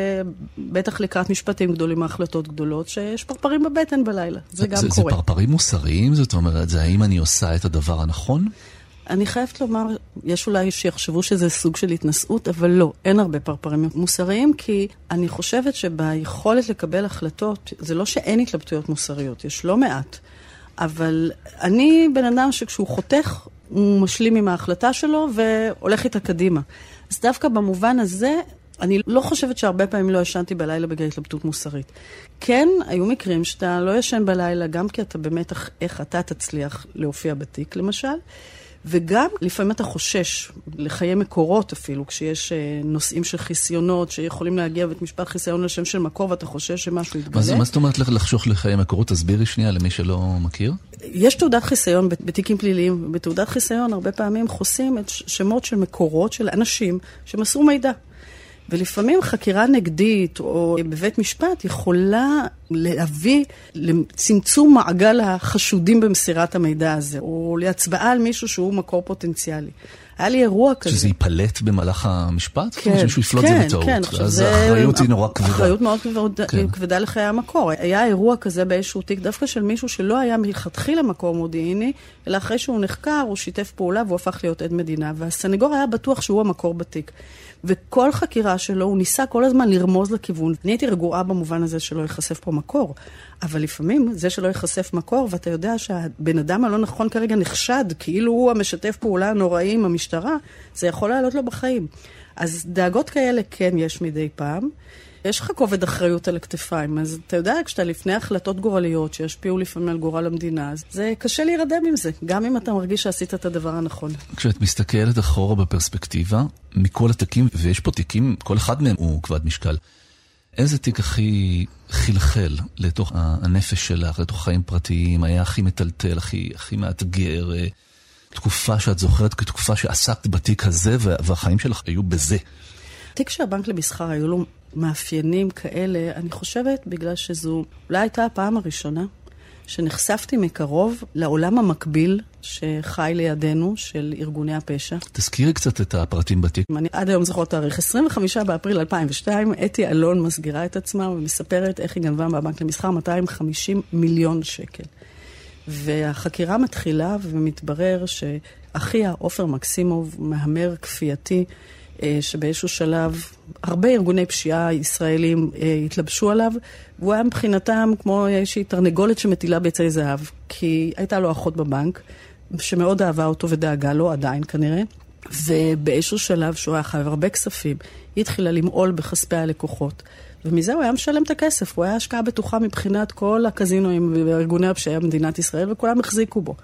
שבטח לקראת משפטים גדולים, מהחלטות גדולות, שיש פרפרים בבטן בלילה. זה גם קורה. זה פרפרים מוסריים? זאת אומרת, זה האם אני עושה את הדבר הנכון? אני חייבת לומר, יש אולי שיחשבו שזה סוג של התנסות, אבל לא, אין הרבה פרפרים מוסריים, כי אני חושבת שביכולת לקבל החלטות, זה לא שאין התלבטויות מוסריות, יש לא מעט. אבל אני בן אדם שכשהוא חותך, הוא משלים עם ההחלטה שלו והולך איתה קדימה. אז דווקא במובן הזה, אני לא חושבת שהרבה פעמים לא ישנתי בלילה בגלל התלבטות מוסרית. כן, היו מקרים שאתה לא ישן בלילה, גם כי אתה באמת איך אתה תצליח להופיע בתיק, למשל, וגם לפעמים אתה חושש לחיי מקורות אפילו, כשיש נושאים של חיסיונות, שיכולים להגיע בית משפט חיסיון לשם של מקור, ואתה חושש שמשהו יתגלה. מה זאת אומרת לחשוך לחיי מקורות? תסבירי שנייה למי שלא מכיר. יש תעודת חיסיון בתיקים פליליים, ובתעודת חיסיון הרבה פעמים חוסים את שמות של מקורות של אנשים שמסרו מידע. ולפעמים חקירה נגדית או בבית משפט יכולה להביא לצמצום מעגל החשודים במסירת המידע הזה, או להצבעה על מישהו שהוא מקור פוטנציאלי. היה לי אירוע כזה. שזה ייפלט במהלך המשפט? כן, שמישהו יפלוט זה בטעות. כן, אז האחריות היא נורא כבדה. אחריות מאוד כבדה לחיי המקור. היה אירוע כזה באיזשהו תיק, דווקא של מישהו שלא היה מלכתחילה מקור מודיעיני, אלא אחרי שהוא נחקר, הוא שיתף פעולה והוא הפך להיות עד מדינה. והסניגור היה בטוח שהוא המקור בתיק. וכל חקירה שלו, הוא ניסה כל הזמן לרמוז לכיוון. אני הייתי רגועה במובן הזה שלא יחשף פה מקור. אבל לפעמים זה שלא יחשף מקור, ואתה יודע שהבן אדם הלא נכון כרגע נחשד, כאילו הוא המשתף פעולה הנוראי עם המשטרה, זה יכול לעלות לו בחיים. אז דאגות כאלה כן יש מדי פעם. יש לך כובד אחריות על הכתפיים, אז אתה יודע, כשאתה לפני החלטות גורליות שישפיעו לפעמים על גורל המדינה, אז זה קשה להירדם עם זה, גם אם אתה מרגיש שעשית את הדבר הנכון. כשאת מסתכלת אחורה בפרספקטיבה, מכל התיקים, ויש פה תיקים, כל אחד מהם הוא כבד משקל, איזה תיק הכי חלחל לתוך הנפש שלך, לתוך חיים פרטיים, היה הכי מטלטל, הכי מאתגר, תקופה שאת זוכרת כתקופה שעסקת בתיק הזה, והחיים שלך היו בזה? תיק שהבנק למסחר היו לו מאפיינים כאלה, אני חושבת בגלל שזו אולי הייתה הפעם הראשונה שנחשפתי מקרוב לעולם המקביל שחי לידינו של ארגוני הפשע. תזכירי קצת את הפרטים בתיק. אני עד היום זוכרת תאריך 25 באפריל 2002, אתי אלון מסגירה את עצמה ומספרת איך היא גנבה מהבנק למסחר 250 מיליון שקל. והחקירה מתחילה ומתברר שאחיה עופר מקסימוב מהמר כפייתי שבאיזשהו שלב הרבה ארגוני פשיעה ישראלים התלבשו עליו, והוא היה מבחינתם כמו איזושהי תרנגולת שמטילה ביצי זהב, כי הייתה לו אחות בבנק, שמאוד אהבה אותו ודאגה לו, עדיין כנראה, ובאיזשהו שלב שהוא היה חייב הרבה כספים, היא התחילה למעול בכספי הלקוחות, ומזה הוא היה משלם את הכסף, הוא היה השקעה בטוחה מבחינת כל הקזינואים וארגוני הפשיעה במדינת ישראל, וכולם החזיקו בו.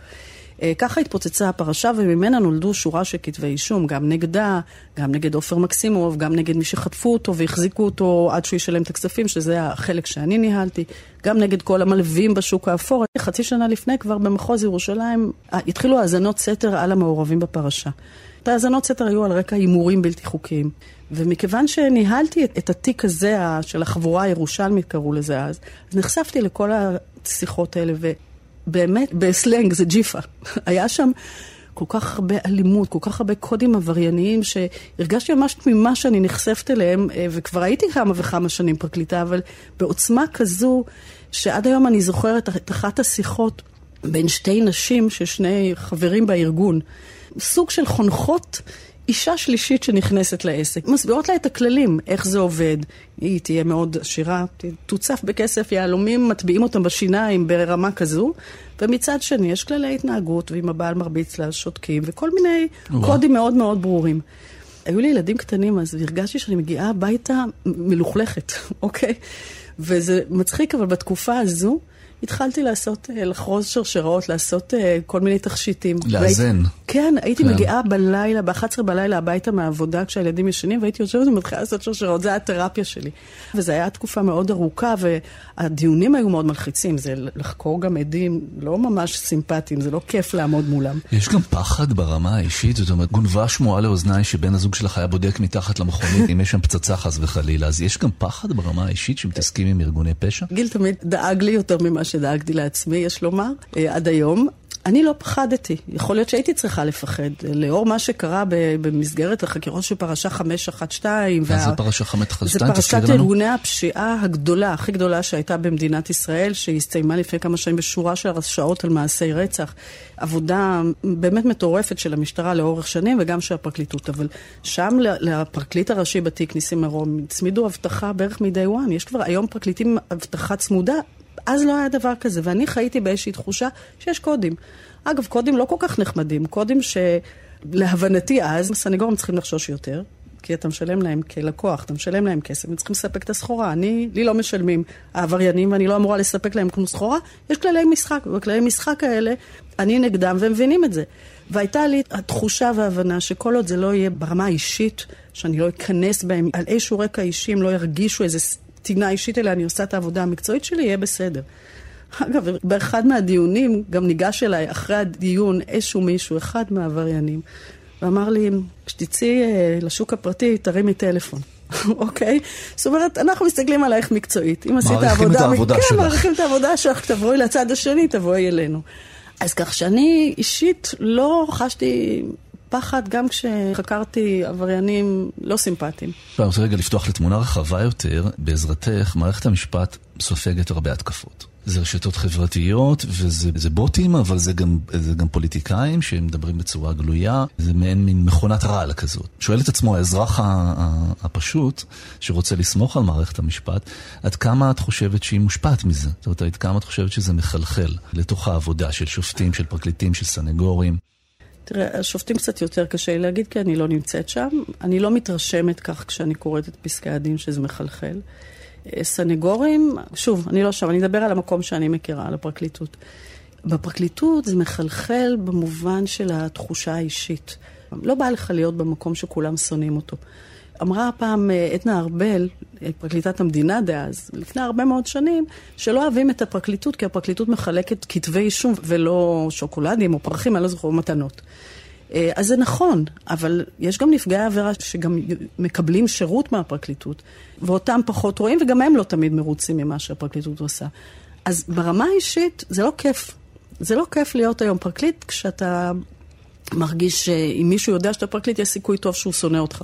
ככה התפוצצה הפרשה, וממנה נולדו שורה של כתבי אישום, גם נגדה, גם נגד עופר מקסימוב, גם נגד מי שחטפו אותו והחזיקו אותו עד שהוא ישלם את הכספים, שזה החלק שאני ניהלתי, גם נגד כל המלווים בשוק האפור. חצי שנה לפני כבר במחוז ירושלים, התחילו האזנות סתר על המעורבים בפרשה. האזנות סתר היו על רקע הימורים בלתי חוקיים. ומכיוון שניהלתי את התיק הזה של החבורה הירושלמית, קראו לזה אז נחשפתי לכל השיחות האלה, באמת, בסלנג זה ג'יפה. היה שם כל כך הרבה אלימות, כל כך הרבה קודים עברייניים, שהרגשתי ממש תמימה שאני נחשפת אליהם, וכבר הייתי כמה וכמה שנים פרקליטה, אבל בעוצמה כזו, שעד היום אני זוכרת את אחת השיחות בין שתי נשים, ששני חברים בארגון, סוג של חונכות, אישה שלישית שנכנסת לעסק. מסבירות לה את הכללים, איך זה עובד. היא תהיה מאוד עשירה, תוצף בכסף, יעלומים, מטביעים אותם בשיניים ברמה כזו, ומצד שני יש כללי התנהגות, ועם הבעל מרביץ לה שותקים, וכל מיני קודים מאוד מאוד ברורים. היו לי ילדים קטנים, אז הרגשתי שאני מגיעה הביתה מלוכלכת, אוקיי? וזה מצחיק, אבל בתקופה הזו, התחלתי לחרוז שרשראות, לעשות כל מיני תכשיטים. לאזן. כן, הייתי מגיעה בלילה, ב-11 בלילה הביתה מהעבודה כשהילדים ישנים, והייתי יושבת ומתחילה לעשות שרשראות, זה התרפיה שלי. וזו הייתה תקופה מאוד ארוכה, והדיונים היו מאוד מלחיצים, זה לחקור גם עדים לא ממש סימפטיים, זה לא כיף לעמוד מולם. יש גם פחד ברמה האישית, זאת אומרת, גונבה שמועה לאוזניי שבן הזוג שלך היה בודק מתחת למכונית, אם יש שם פצצה חס וחלילה, אז יש גם פחד ברמה האישית שמתעסקים עם ארגוני פשע? גיל תמיד דאג לי יותר ממה שדאגתי לעצמי, יש לומר, עד היום. אני לא פחדתי. יכול להיות שהייתי צריכה לפחד. לאור מה שקרה במסגרת החקירות של פרשה 512. מה זה פרשה 512? זה פרשת ארגוני הפשיעה הגדולה, הכי גדולה שהייתה במדינת ישראל, שהסתיימה לפני כמה שנים בשורה של הרשעות על מעשי רצח. עבודה באמת מטורפת של המשטרה לאורך שנים, וגם של הפרקליטות. אבל שם לפרקליט הראשי בתיק ניסים מרום, הצמידו הבטחה בערך מדי וואן. יש כבר היום פרקליטים הבטחה צמודה, אז לא היה דבר כזה, ואני חייתי באיזושהי תחושה שיש קודים. אגב, קודים לא כל כך נחמדים, קודים שלהבנתי אז, הסניגורים צריכים לחשוש יותר, כי אתה משלם להם כלקוח, אתה משלם להם כסף, הם צריכים לספק את הסחורה. לי לא משלמים העבריינים, ואני לא אמורה לספק להם כמו סחורה, יש כללי משחק, וכללי משחק האלה, אני נגדם, והם מבינים את זה. והייתה לי התחושה וההבנה שכל עוד זה לא יהיה ברמה האישית, שאני לא אכנס בהם על איזשהו רקע אישי, הם לא ירגישו איזה תגנה אישית אליה, אני עושה את העבודה המקצועית שלי, יהיה בסדר. אגב, באחד מהדיונים, גם ניגש אליי אחרי הדיון איזשהו מישהו, אחד מהעבריינים, ואמר לי, כשתצאי לשוק הפרטי, תרימי טלפון. אוקיי? זאת אומרת, אנחנו מסתכלים עלייך מקצועית. אם עשית העבודה שלך. כן, מעריכים את העבודה שלך, תבואי לצד השני, תבואי אלינו. אז כך שאני אישית לא חשתי פחד גם כשחקרתי עבריינים לא סימפטיים. אני רוצה רגע לפתוח לתמונה רחבה יותר. בעזרתך, מערכת המשפט סופגת הרבה התקפות. זה רשתות חברתיות, וזה בוטים, אבל זה גם פוליטיקאים שמדברים בצורה גלויה. זה מעין מין מכונת רעל כזאת. שואל את עצמו האזרח הפשוט, שרוצה לסמוך על מערכת המשפט, עד כמה את חושבת שהיא מושפעת מזה? זאת אומרת, עד כמה את חושבת שזה מחלחל לתוך העבודה של שופטים, של פרקליטים, של סנגורים? תראה, השופטים קצת יותר קשה להגיד, כי אני לא נמצאת שם. אני לא מתרשמת כך כשאני קוראת את פסקי הדין שזה מחלחל. סנגורים, שוב, אני לא שם, אני אדבר על המקום שאני מכירה, על הפרקליטות. בפרקליטות זה מחלחל במובן של התחושה האישית. לא בא לך להיות במקום שכולם שונאים אותו. אמרה פעם עדנה ארבל, פרקליטת המדינה דאז, לפני הרבה מאוד שנים, שלא אוהבים את הפרקליטות, כי הפרקליטות מחלקת כתבי אישום ולא שוקולדים או פרחים, אני לא זוכר, מתנות. אז זה נכון, אבל יש גם נפגעי עבירה שגם מקבלים שירות מהפרקליטות, ואותם פחות רואים, וגם הם לא תמיד מרוצים ממה שהפרקליטות עושה. אז ברמה האישית זה לא כיף. זה לא כיף להיות היום פרקליט, כשאתה מרגיש שאם מישהו יודע שאתה פרקליט, יש סיכוי טוב שהוא שונא אותך.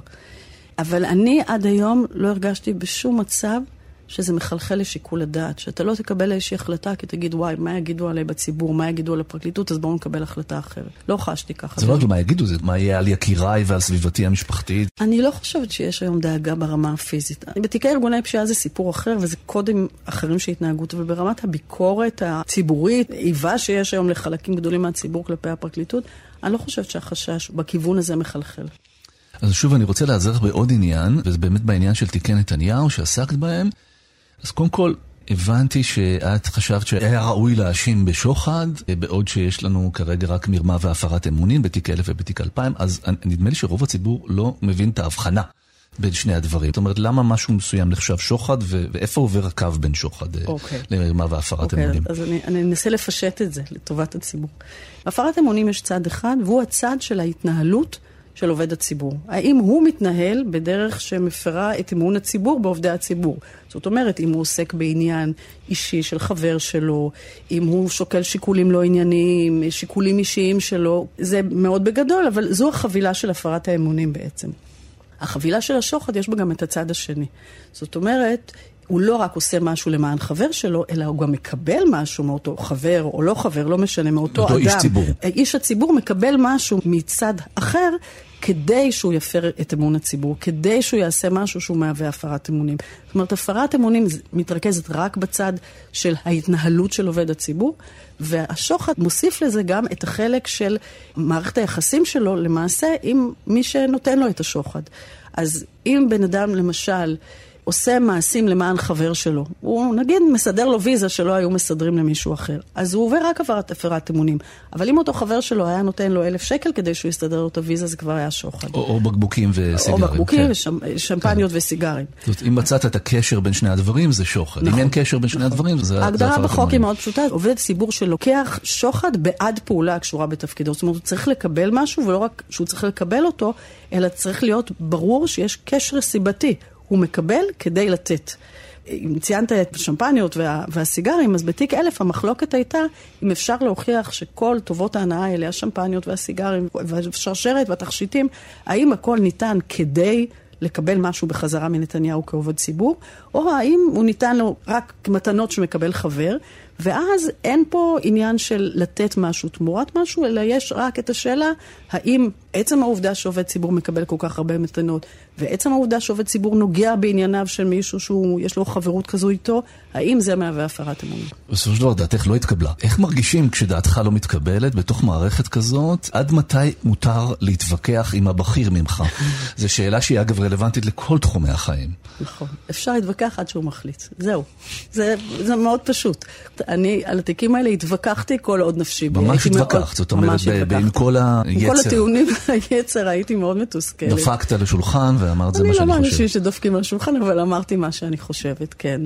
אבל אני עד היום לא הרגשתי בשום מצב שזה מחלחל לשיקול הדעת, שאתה לא תקבל איזושהי החלטה, כי תגיד, וואי, מה יגידו עליי בציבור, מה יגידו על הפרקליטות, אז בואו נקבל החלטה אחרת. לא חשתי ככה. זה לא רק מה יגידו, זה מה יהיה על יקיריי ועל סביבתי המשפחתית. אני לא חושבת שיש היום דאגה ברמה הפיזית. בתיקי ארגוני פשיעה זה סיפור אחר, וזה קודם אחרים שהתנהגות, אבל ברמת הביקורת הציבורית, איבה שיש היום לחלקים גדולים מהציבור כלפי הפרקליטות, אני לא חושבת שהחשש בכיוון הזה מחלחל. אז שוב, אני רוצה לעזר בעוד עניין, וזה באמת בעניין של תיקי נתניהו שעסקת בהם. אז קודם כל, הבנתי שאת חשבת שהיה ראוי להאשים בשוחד, בעוד שיש לנו כרגע רק מרמה והפרת אמונים בתיק 1000 ובתיק 2000, אז נדמה לי שרוב הציבור לא מבין את ההבחנה בין שני הדברים. זאת אומרת, למה משהו מסוים נחשב שוחד, ואיפה עובר הקו בין שוחד למרמה והפרת אמונים? אז אני אנסה לפשט את זה לטובת הציבור. בהפרת אמונים יש צד אחד, והוא הצד של ההתנהלות של עובד הציבור. האם הוא מתנהל בדרך שמפרה את אמון הציבור בעובדי הציבור? זאת אומרת, אם הוא עוסק בעניין אישי של חבר שלו, אם הוא שוקל שיקולים לא ענייניים, שיקולים אישיים שלו, זה מאוד בגדול, אבל זו החבילה של הפרת האמונים בעצם. החבילה של השוחד יש בה גם את הצד השני. זאת אומרת, הוא לא רק עושה משהו למען חבר שלו, אלא הוא גם מקבל משהו מאותו חבר או לא חבר, לא משנה, מאותו אדם. איש ציבור. איש הציבור מקבל משהו מצד אחר, כדי שהוא יפר את אמון הציבור, כדי שהוא יעשה משהו שהוא מהווה הפרת אמונים. זאת אומרת, הפרת אמונים מתרכזת רק בצד של ההתנהלות של עובד הציבור, והשוחד מוסיף לזה גם את החלק של מערכת היחסים שלו, למעשה, עם מי שנותן לו את השוחד. אז אם בן אדם, למשל, עושה מעשים למען חבר שלו, הוא נגיד מסדר לו ויזה שלא היו מסדרים למישהו אחר, אז הוא עובר רק הפרת אמונים. אבל אם אותו חבר שלו היה נותן לו 1,000 שקל כדי שהוא יסתדר לו את הוויזה, זה כבר היה שוחד. או בקבוקים וסיגרים. או בקבוקים ושמפניות וסיגרים. זאת אומרת, אם מצאת את הקשר בין שני הדברים, זה שוחד. אם אין קשר בין שני הדברים, זה הפרת אמונים. ההגדרה בחוק היא מאוד פשוטה. עובד ציבור שלוקח שוחד בעד פעולה הקשורה בתפקידו. זאת אומרת, הוא צריך לקבל משהו, ולא רק שהוא צריך לקבל אותו, אלא צריך להיות ברור שיש קשר סיבתי. הוא מקבל כדי לתת. אם ציינת את השמפניות והסיגרים, אז בתיק 1000 המחלוקת הייתה אם אפשר להוכיח שכל טובות ההנאה האלה, השמפניות והסיגרים והשרשרת והתכשיטים, האם הכל ניתן כדי לקבל משהו בחזרה מנתניהו כעובד ציבור, או האם הוא ניתן לו רק מתנות שמקבל חבר, ואז אין פה עניין של לתת משהו תמורת משהו, אלא יש רק את השאלה, האם עצם העובדה שעובד ציבור מקבל כל כך הרבה מתנות, ועצם העובדה שעובד ציבור נוגע בענייניו של מישהו שיש לו חברות כזו איתו, האם זה מהווה הפרת אמונים? בסופו של דבר, דעתך לא התקבלה. איך מרגישים כשדעתך לא מתקבלת בתוך מערכת כזאת? עד מתי מותר להתווכח עם הבכיר ממך? זו שאלה שהיא אגב רלוונטית לכל תחומי החיים. נכון. אפשר להתווכח עד שהוא מחליט. זהו. זה מאוד פשוט. אני על התיקים האלה התווכחתי כל עוד נפשי. ממש התווכחת. זאת אומרת, עם כל היצר. כל הטיעונים והיצר הייתי מאוד מתוסכלת. דפקת לשולחן ואמרת זה מה שאני חושבת. אני לא מאנשים שדופקים על השולחן, אבל אמרתי מה שאני חושבת, כן.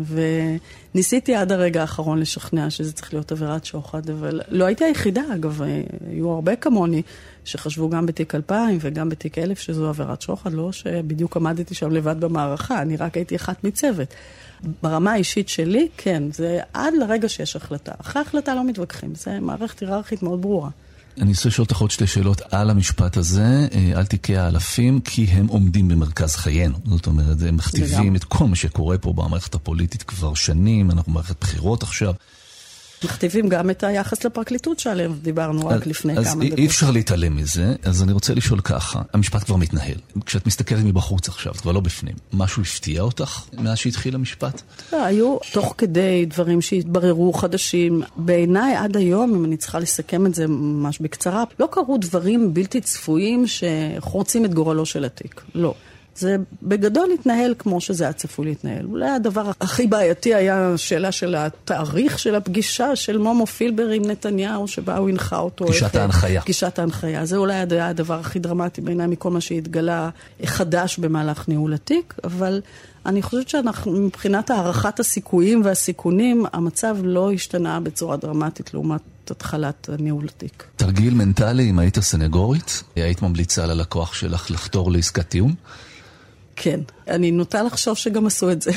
וניסיתי עד הרגע האחרון לשכנע שזה צריך להיות עבירת שוחד, אבל לא הייתי היחידה, אגב. היו הרבה כמוני שחשבו גם בתיק 2000 וגם בתיק 1000 שזו עבירת שוחד, לא שבדיוק עמדתי שם לבד במערכה, אני רק הייתי אחת מצוות. ברמה האישית שלי, כן, זה עד לרגע שיש החלטה. אחרי החלטה לא מתווכחים, זה מערכת היררכית מאוד ברורה. אני רוצה לשאול אותך עוד שתי שאלות על המשפט הזה, על תיקי האלפים, כי הם עומדים במרכז חיינו. זאת אומרת, הם מכתיבים את כל מה שקורה פה במערכת הפוליטית כבר שנים, אנחנו במערכת בחירות עכשיו. מכתיבים גם את היחס לפרקליטות שעליהם דיברנו רק לפני כמה דקות. אז אי אפשר להתעלם מזה, אז אני רוצה לשאול ככה, המשפט כבר מתנהל. כשאת מסתכלת מבחוץ עכשיו, את כבר לא בפנים, משהו הפתיע אותך מאז שהתחיל המשפט? היו תוך כדי דברים שהתבררו חדשים. בעיניי עד היום, אם אני צריכה לסכם את זה ממש בקצרה, לא קרו דברים בלתי צפויים שחורצים את גורלו של התיק. לא. זה בגדול התנהל כמו שזה היה צפוי להתנהל. אולי הדבר הכי בעייתי היה השאלה של התאריך של הפגישה של מומו פילבר עם נתניהו, שבה הוא הנחה אותו. פגישת ההנחיה. פגישת ההנחיה. זה אולי היה הדבר הכי דרמטי בעיניי מכל מה שהתגלה חדש במהלך ניהול התיק, אבל אני חושבת שאנחנו, מבחינת הערכת הסיכויים והסיכונים, המצב לא השתנה בצורה דרמטית לעומת התחלת ניהול התיק. תרגיל מנטלי, אם היית סנגורית, היית ממליצה ללקוח שלך לחתור לעסקת טיעון? כן, אני נוטה לחשוב שגם עשו את זה.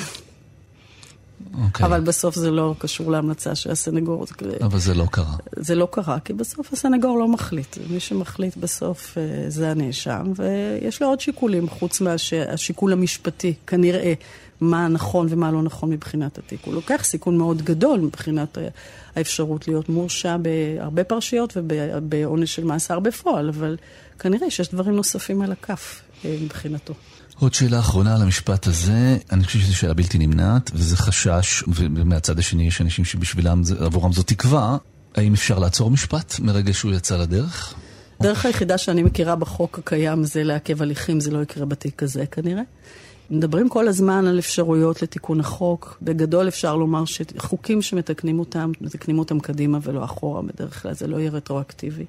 Okay. אבל בסוף זה לא קשור להמלצה של הסנגור. אבל זה לא קרה. זה לא קרה, כי בסוף הסנגור לא מחליט. מי שמחליט בסוף זה הנאשם, ויש לו עוד שיקולים, חוץ מהשיקול המשפטי, כנראה מה נכון ומה לא נכון מבחינת התיק. הוא לוקח סיכון מאוד גדול מבחינת האפשרות להיות מורשע בהרבה פרשיות ובעונש של מאסר בפועל, אבל כנראה שיש דברים נוספים על הכף מבחינתו. עוד שאלה אחרונה על המשפט הזה, אני חושב שזו שאלה בלתי נמנעת, וזה חשש, ומהצד השני יש אנשים שבשבילם, עבורם זו תקווה, האם אפשר לעצור משפט מרגע שהוא יצא לדרך? הדרך היחידה שאני מכירה בחוק הקיים זה לעכב הליכים, זה לא יקרה בתיק הזה כנראה. מדברים כל הזמן על אפשרויות לתיקון החוק, בגדול אפשר לומר שחוקים שמתקנים אותם, מתקנים אותם קדימה ולא אחורה, בדרך כלל זה לא יהיה רטרואקטיבי.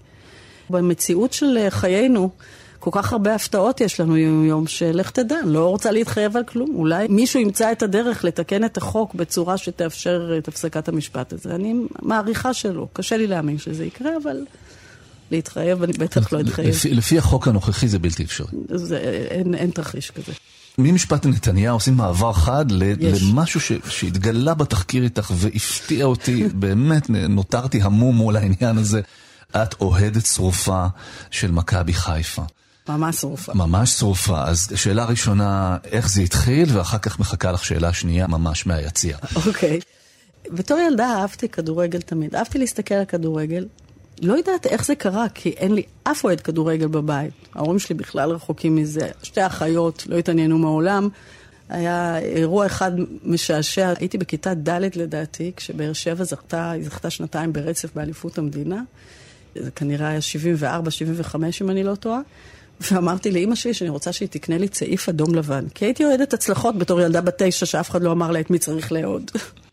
במציאות של חיינו, כל כך הרבה הפתעות יש לנו יום שלך תדע, לא רוצה להתחייב על כלום. אולי מישהו ימצא את הדרך לתקן את החוק בצורה שתאפשר את הפסקת המשפט הזה. אני מעריכה שלא. קשה לי להאמין שזה יקרה, אבל להתחייב, אני בטח לא אתחייב. לפי החוק הנוכחי זה בלתי אפשרי. אין תרחיש כזה. ממשפט נתניהו עושים מעבר חד למשהו שהתגלה בתחקיר איתך והפתיע אותי, באמת נותרתי המום מול העניין הזה. את אוהדת שרופה של מכבי חיפה. ממש שרופה. ממש שרופה. אז שאלה ראשונה, איך זה התחיל, ואחר כך מחכה לך שאלה שנייה, ממש מהיציאה. אוקיי. בתור ילדה אהבתי כדורגל תמיד. אהבתי להסתכל על כדורגל. לא יודעת איך זה קרה, כי אין לי אף אוהד כדורגל בבית. ההורים שלי בכלל רחוקים מזה. שתי אחיות לא התעניינו מעולם. היה אירוע אחד משעשע. הייתי בכיתה ד' לדעתי, כשבאר שבע זכתה שנתיים ברצף באליפות המדינה. זה כנראה היה 74, 75 אם אני לא טועה. ואמרתי לאמא שלי שאני רוצה שהיא תקנה לי צעיף אדום לבן. כי הייתי אוהדת הצלחות בתור ילדה בת 9 שאף אחד לא אמר לה את מי צריך לאהוד.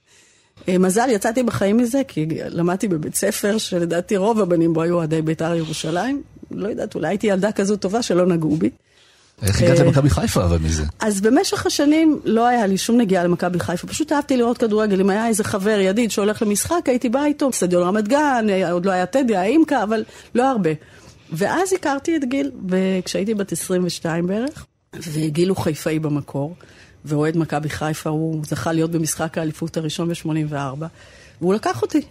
מזל, יצאתי בחיים מזה, כי למדתי בבית ספר שלדעתי רוב הבנים בו היו אוהדי בית"ר ירושלים. לא יודעת, אולי הייתי ילדה כזו טובה שלא נגעו בי. איך הגעת למכבי חיפה אבל מזה? אז במשך השנים לא היה לי שום נגיעה למכבי חיפה, פשוט אהבתי לראות כדורגל. אם היה איזה חבר ידיד שהולך למשחק, הייתי באה איתו, סטדיון רמת גן, עוד לא היה טדי, האימקה, אבל לא הרבה. ואז הכרתי את גיל, כשהייתי בת 22 בערך, וגיל הוא חיפאי במקור, ואוהד מכבי חיפה, הוא זכה להיות במשחק האליפות הראשון ב-84, והוא לקח אותי.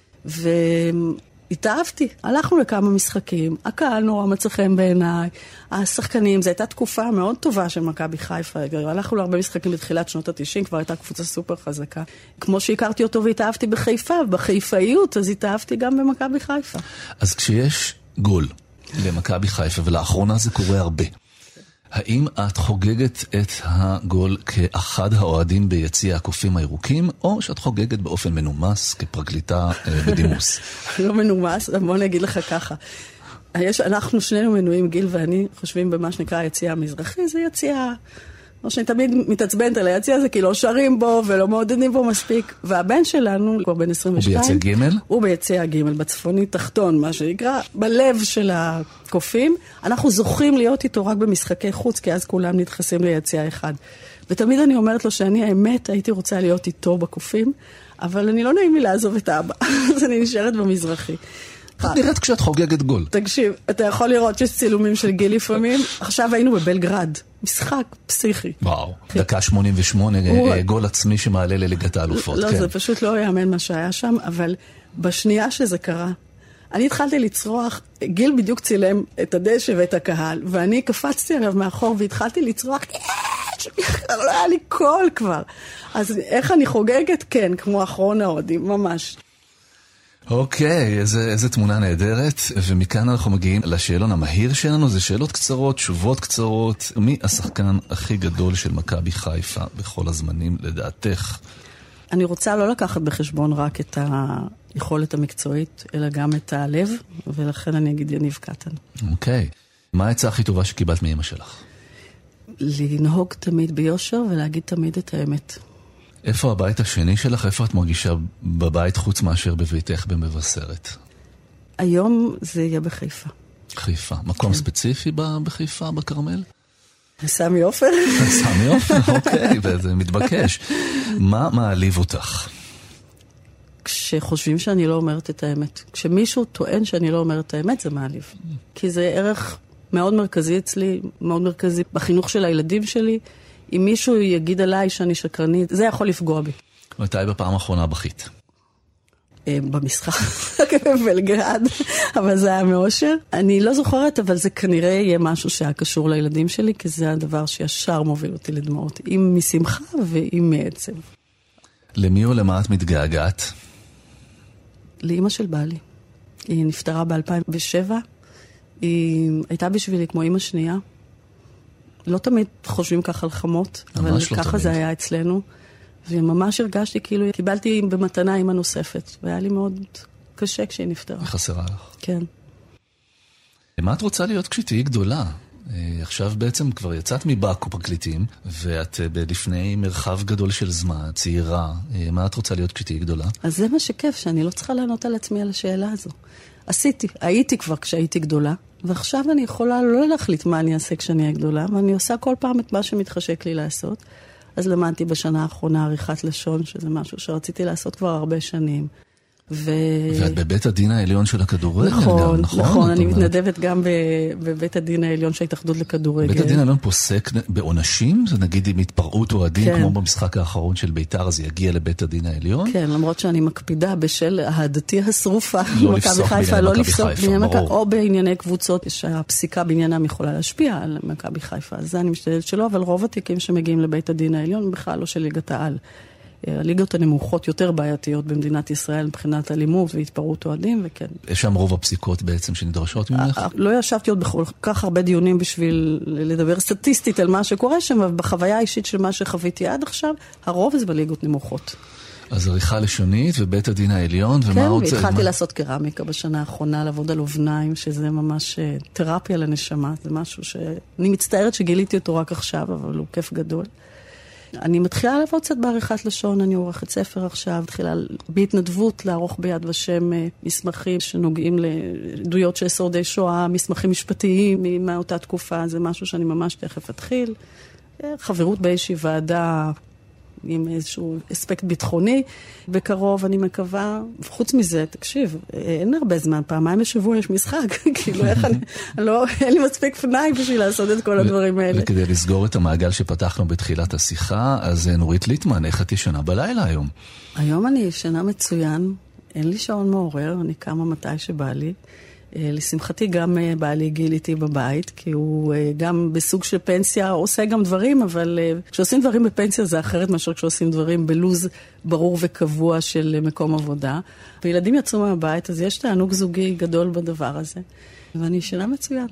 התאהבתי, הלכנו לכמה משחקים, הקהל נורא מצא חן בעיניי, השחקנים, זו הייתה תקופה מאוד טובה של מכבי חיפה, הלכנו להרבה משחקים בתחילת שנות ה-90, כבר הייתה קבוצה סופר חזקה. כמו שהכרתי אותו והתאהבתי בחיפה, בחיפאיות, אז התאהבתי גם במכבי חיפה. אז כשיש גול למכבי חיפה, ולאחרונה זה קורה הרבה, האם את חוגגת את הגול כאחד האוהדים ביציע הקופים הירוקים, או שאת חוגגת באופן מנומס כפרקליטה בדימוס? לא מנומס, בוא נגיד לך ככה. אנחנו שנינו מנויים, גיל ואני, חושבים במה שנקרא היציע המזרחי, זה יציע, או שאני תמיד מתעצבנת על היציע הזה, כי לא שרים בו ולא מעודדים בו מספיק. והבן שלנו, הוא כבר בן 22. הוא ביציע ג'? הוא ביציע ג', בצפוני תחתון, מה שנקרא, בלב של הקופים. אנחנו זוכים להיות איתו רק במשחקי חוץ, כי אז כולם נדחסים ליציע אחד. ותמיד אני אומרת לו שאני האמת הייתי רוצה להיות איתו בקופים, אבל אני לא נעים לי לעזוב את האבא, אז אני נשארת במזרחי. את נראית כשאת חוגגת גול. תקשיב, אתה יכול לראות שיש צילומים של גיל לפעמים. עכשיו היינו בבלגרד, משחק פסיכי. וואו, דקה 88, גול עצמי שמעלה לליגת האלופות. לא, זה פשוט לא יאמן מה שהיה שם, אבל בשנייה שזה קרה, אני התחלתי לצרוח, גיל בדיוק צילם את הדשא ואת הקהל, ואני קפצתי עליו מאחור והתחלתי לצרוח, לא היה לי קול כבר. אז איך אני חוגגת? כן, כמו אחרון ההודים, ממש. אוקיי, איזה תמונה נהדרת, ומכאן אנחנו מגיעים לשאלון המהיר שלנו, זה שאלות קצרות, תשובות קצרות. מי השחקן הכי גדול של מכבי חיפה בכל הזמנים לדעתך? אני רוצה לא לקחת בחשבון רק את היכולת המקצועית, אלא גם את הלב, ולכן אני אגיד יניב קטן. אוקיי, מה העצה הכי טובה שקיבלת מאמא שלך? לנהוג תמיד ביושר ולהגיד תמיד את האמת. איפה הבית השני שלך? איפה את מרגישה בבית חוץ מאשר בביתך במבשרת? היום זה יהיה בחיפה. חיפה. מקום ספציפי בחיפה, בכרמל? סמי עופר. סמי עופר, אוקיי, וזה מתבקש. מה מעליב אותך? כשחושבים שאני לא אומרת את האמת. כשמישהו טוען שאני לא אומרת את האמת, זה מעליב. כי זה ערך מאוד מרכזי אצלי, מאוד מרכזי בחינוך של הילדים שלי. אם מישהו יגיד עליי שאני שקרנית, זה יכול לפגוע בי. מתי בפעם האחרונה בכית? במשחק בבלגרד, אבל זה היה מאושר. אני לא זוכרת, אבל זה כנראה יהיה משהו שהיה קשור לילדים שלי, כי זה הדבר שישר מוביל אותי לדמעות, אם משמחה ואם מעצב. למי או למה את מתגעגעת? לאמא של בעלי. היא נפטרה ב-2007. היא הייתה בשבילי כמו אמא שנייה. לא תמיד חושבים ככה על חמות, אבל ככה זה היה אצלנו. וממש הרגשתי כאילו קיבלתי במתנה אמא נוספת, והיה לי מאוד קשה כשהיא נפטרה. חסרה לך. כן. מה את רוצה להיות כשתהיי גדולה? עכשיו בעצם כבר יצאת מבאקו פרקליטים, ואת לפני מרחב גדול של זמן, צעירה. מה את רוצה להיות כשתהיי גדולה? אז זה מה שכיף, שאני לא צריכה לענות על עצמי על השאלה הזו. הייתי כבר כשהייתי גדולה, ועכשיו אני יכולה לא להחליט מה אני אעשה כשאני אהיה גדולה, ואני עושה כל פעם את מה שמתחשק לי לעשות. אז למדתי בשנה האחרונה עריכת לשון, שזה משהו שרציתי לעשות כבר הרבה שנים. ואת בבית הדין העליון של הכדורגל נכון, גם, נכון? נכון, אני מתנדבת גם בבית הדין העליון של ההתאחדות לכדורגל. בית הדין העליון פוסק בעונשים? זה נגיד אם התפרעות אוהדים, כמו במשחק האחרון של בית"ר, אז יגיע לבית הדין העליון? כן, למרות שאני מקפידה בשל אהדתי השרופה, לא לפסוק בענייני מכבי חיפה, או בענייני קבוצות, שהפסיקה בעניינם יכולה להשפיע על מכבי חיפה. אז זה אני משתדלת שלא, אבל רוב התיקים שמגיעים לבית הדין העליון, בכלל לא של ליגת העל. הליגות הנמוכות יותר בעייתיות במדינת ישראל מבחינת אלימות והתפרעות אוהדים, וכן. יש שם רוב הפסיקות בעצם שנדרשות ממך? לא ישבתי עוד בכל כך הרבה דיונים בשביל לדבר סטטיסטית על מה שקורה שם, אבל בחוויה האישית של מה שחוויתי עד עכשיו, הרוב זה בליגות נמוכות. אז עריכה לשונית ובית הדין העליון, ומה עוד? כן, והתחלתי לעשות קרמיקה בשנה האחרונה, לעבוד על אובניים, שזה ממש תרפיה לנשמה, זה משהו שאני מצטערת שגיליתי אותו רק עכשיו, אבל הוא כיף גדול. אני מתחילה לעבוד קצת בעריכת לשון, אני עורכת ספר עכשיו, מתחילה בהתנדבות לערוך ביד ושם מסמכים שנוגעים לעדויות של שורדי שואה, מסמכים משפטיים מאותה תקופה, זה משהו שאני ממש תכף אתחיל. חברות באיזושהי ועדה עם איזשהו אספקט ביטחוני, בקרוב אני מקווה, חוץ מזה, תקשיב, אין הרבה זמן, פעמיים בשבוע יש משחק, כאילו איך אין לי מספיק פנאי בשביל לעשות את כל הדברים האלה. וכדי לסגור את המעגל שפתחנו בתחילת השיחה, אז נורית ליטמן, איך את ישנה בלילה היום? היום אני ישנה מצוין, אין לי שעון מעורר, אני קמה מתי שבא לי. לשמחתי גם בעלי גיל איתי בבית, כי הוא גם בסוג של פנסיה עושה גם דברים, אבל כשעושים דברים בפנסיה זה אחרת מאשר כשעושים דברים בלוז ברור וקבוע של מקום עבודה. וילדים יצאו מהבית, אז יש תענוג זוגי גדול בדבר הזה, ואני ישנה מצוין.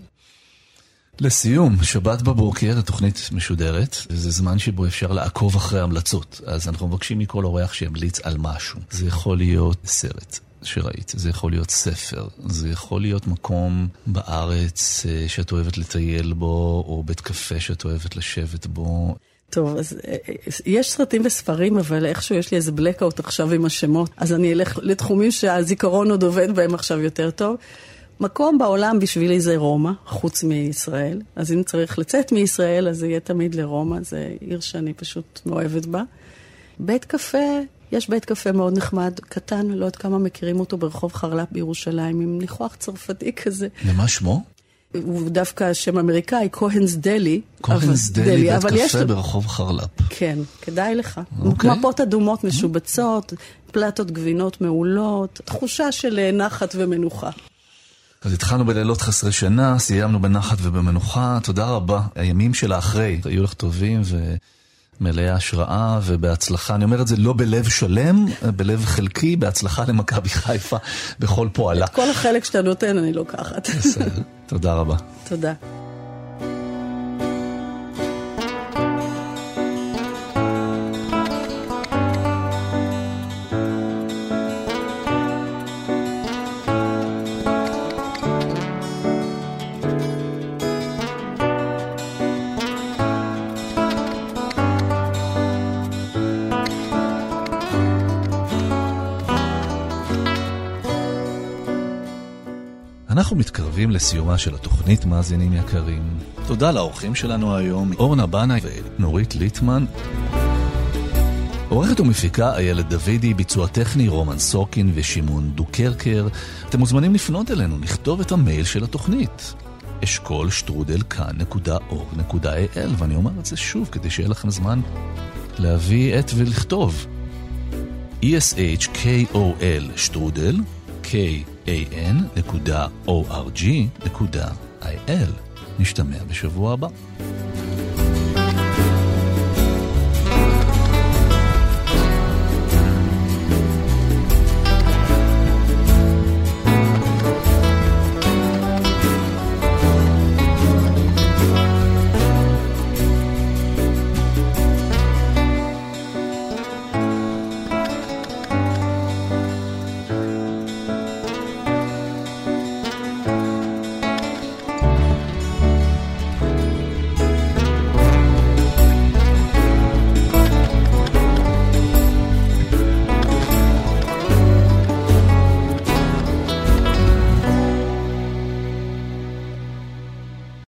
לסיום, שבת בבוקר, התוכנית משודרת, וזה זמן שבו אפשר לעקוב אחרי המלצות. אז אנחנו מבקשים מכל אורח שימליץ על משהו. זה יכול להיות סרט שראית, זה יכול להיות ספר, זה יכול להיות מקום בארץ שאת אוהבת לטייל בו, או בית קפה שאת אוהבת לשבת בו. טוב, אז יש סרטים וספרים, אבל איכשהו יש לי איזה בלקאוט עכשיו עם השמות, אז אני אלך לתחומים שהזיכרון עוד עובד בהם עכשיו יותר טוב. מקום בעולם בשבילי זה רומא, חוץ מישראל. אז אם צריך לצאת מישראל, אז זה יהיה תמיד לרומא. זה עיר שאני פשוט מאוהבת בה. בית קפה, יש בית קפה מאוד נחמד, קטן, לא יודעת כמה מכירים אותו ברחוב חרל"פ בירושלים, עם ניחוח צרפתי כזה. למה שמו? הוא דווקא שם אמריקאי, כהנס דלי. כהנס דלי, בית קפה ברחוב חרל"פ. כן, כדאי לך. מפות אדומות משובצות, פלטות גבינות מעולות, תחושה של נחת ומנוחה. אז התחלנו בלילות חסרי שינה, סיימנו בנחת ובמנוחה. תודה רבה. הימים של האחרי היו לך טובים ומלאי השראה ובהצלחה. אני אומר את זה לא בלב שלם, בלב חלקי, בהצלחה למכבי חיפה בכל פועלה. את כל החלק שאתה נותן אני לוקחת. בסדר. תודה רבה. תודה. אנחנו מתקרבים לסיומה של התוכנית, מאזינים יקרים. תודה לאורחים שלנו היום, אורנה בנה ונורית ליטמן. עורכת ומפיקה איילת דוידי, ביצוע טכני רומן סורקין ושימון דוקרקר. אתם מוזמנים לפנות אלינו, לכתוב את המייל של התוכנית. אשכול@kan.org.il, ואני אומר את זה שוב כדי שיהיה לכם זמן להביא את ולכתוב. ESHKOL@kan.org.il. נשתמע בשבוע הבא.